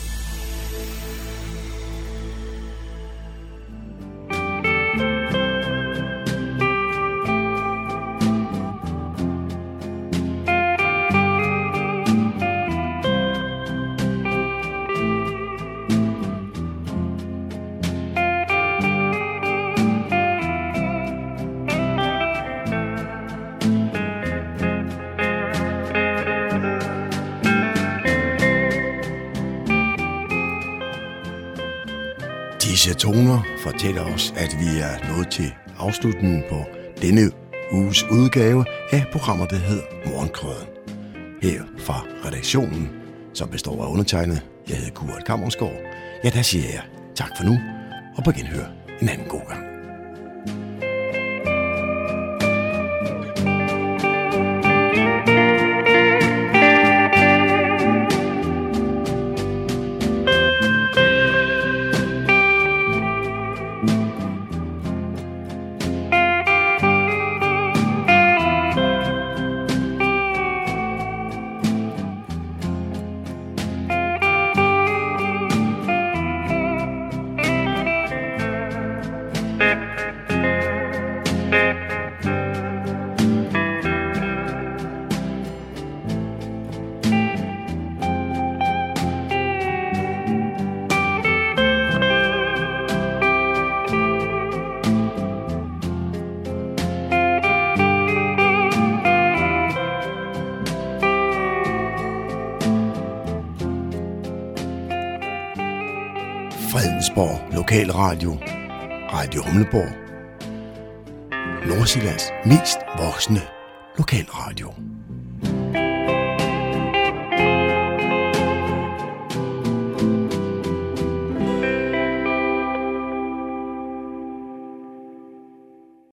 Disse toner fortæller os, at vi er nået til afslutningen på denne uges udgave af programmet, der hedder Morgenkrøden. Her fra redaktionen, som består af undertegnet, jeg hedder Kurt Kammersgaard. Ja, der siger jeg tak for nu, og på genhør en anden god gang. Fredensborg Lokalradio, Radio Humleborg, Nordsjællands mest voksne lokalradio.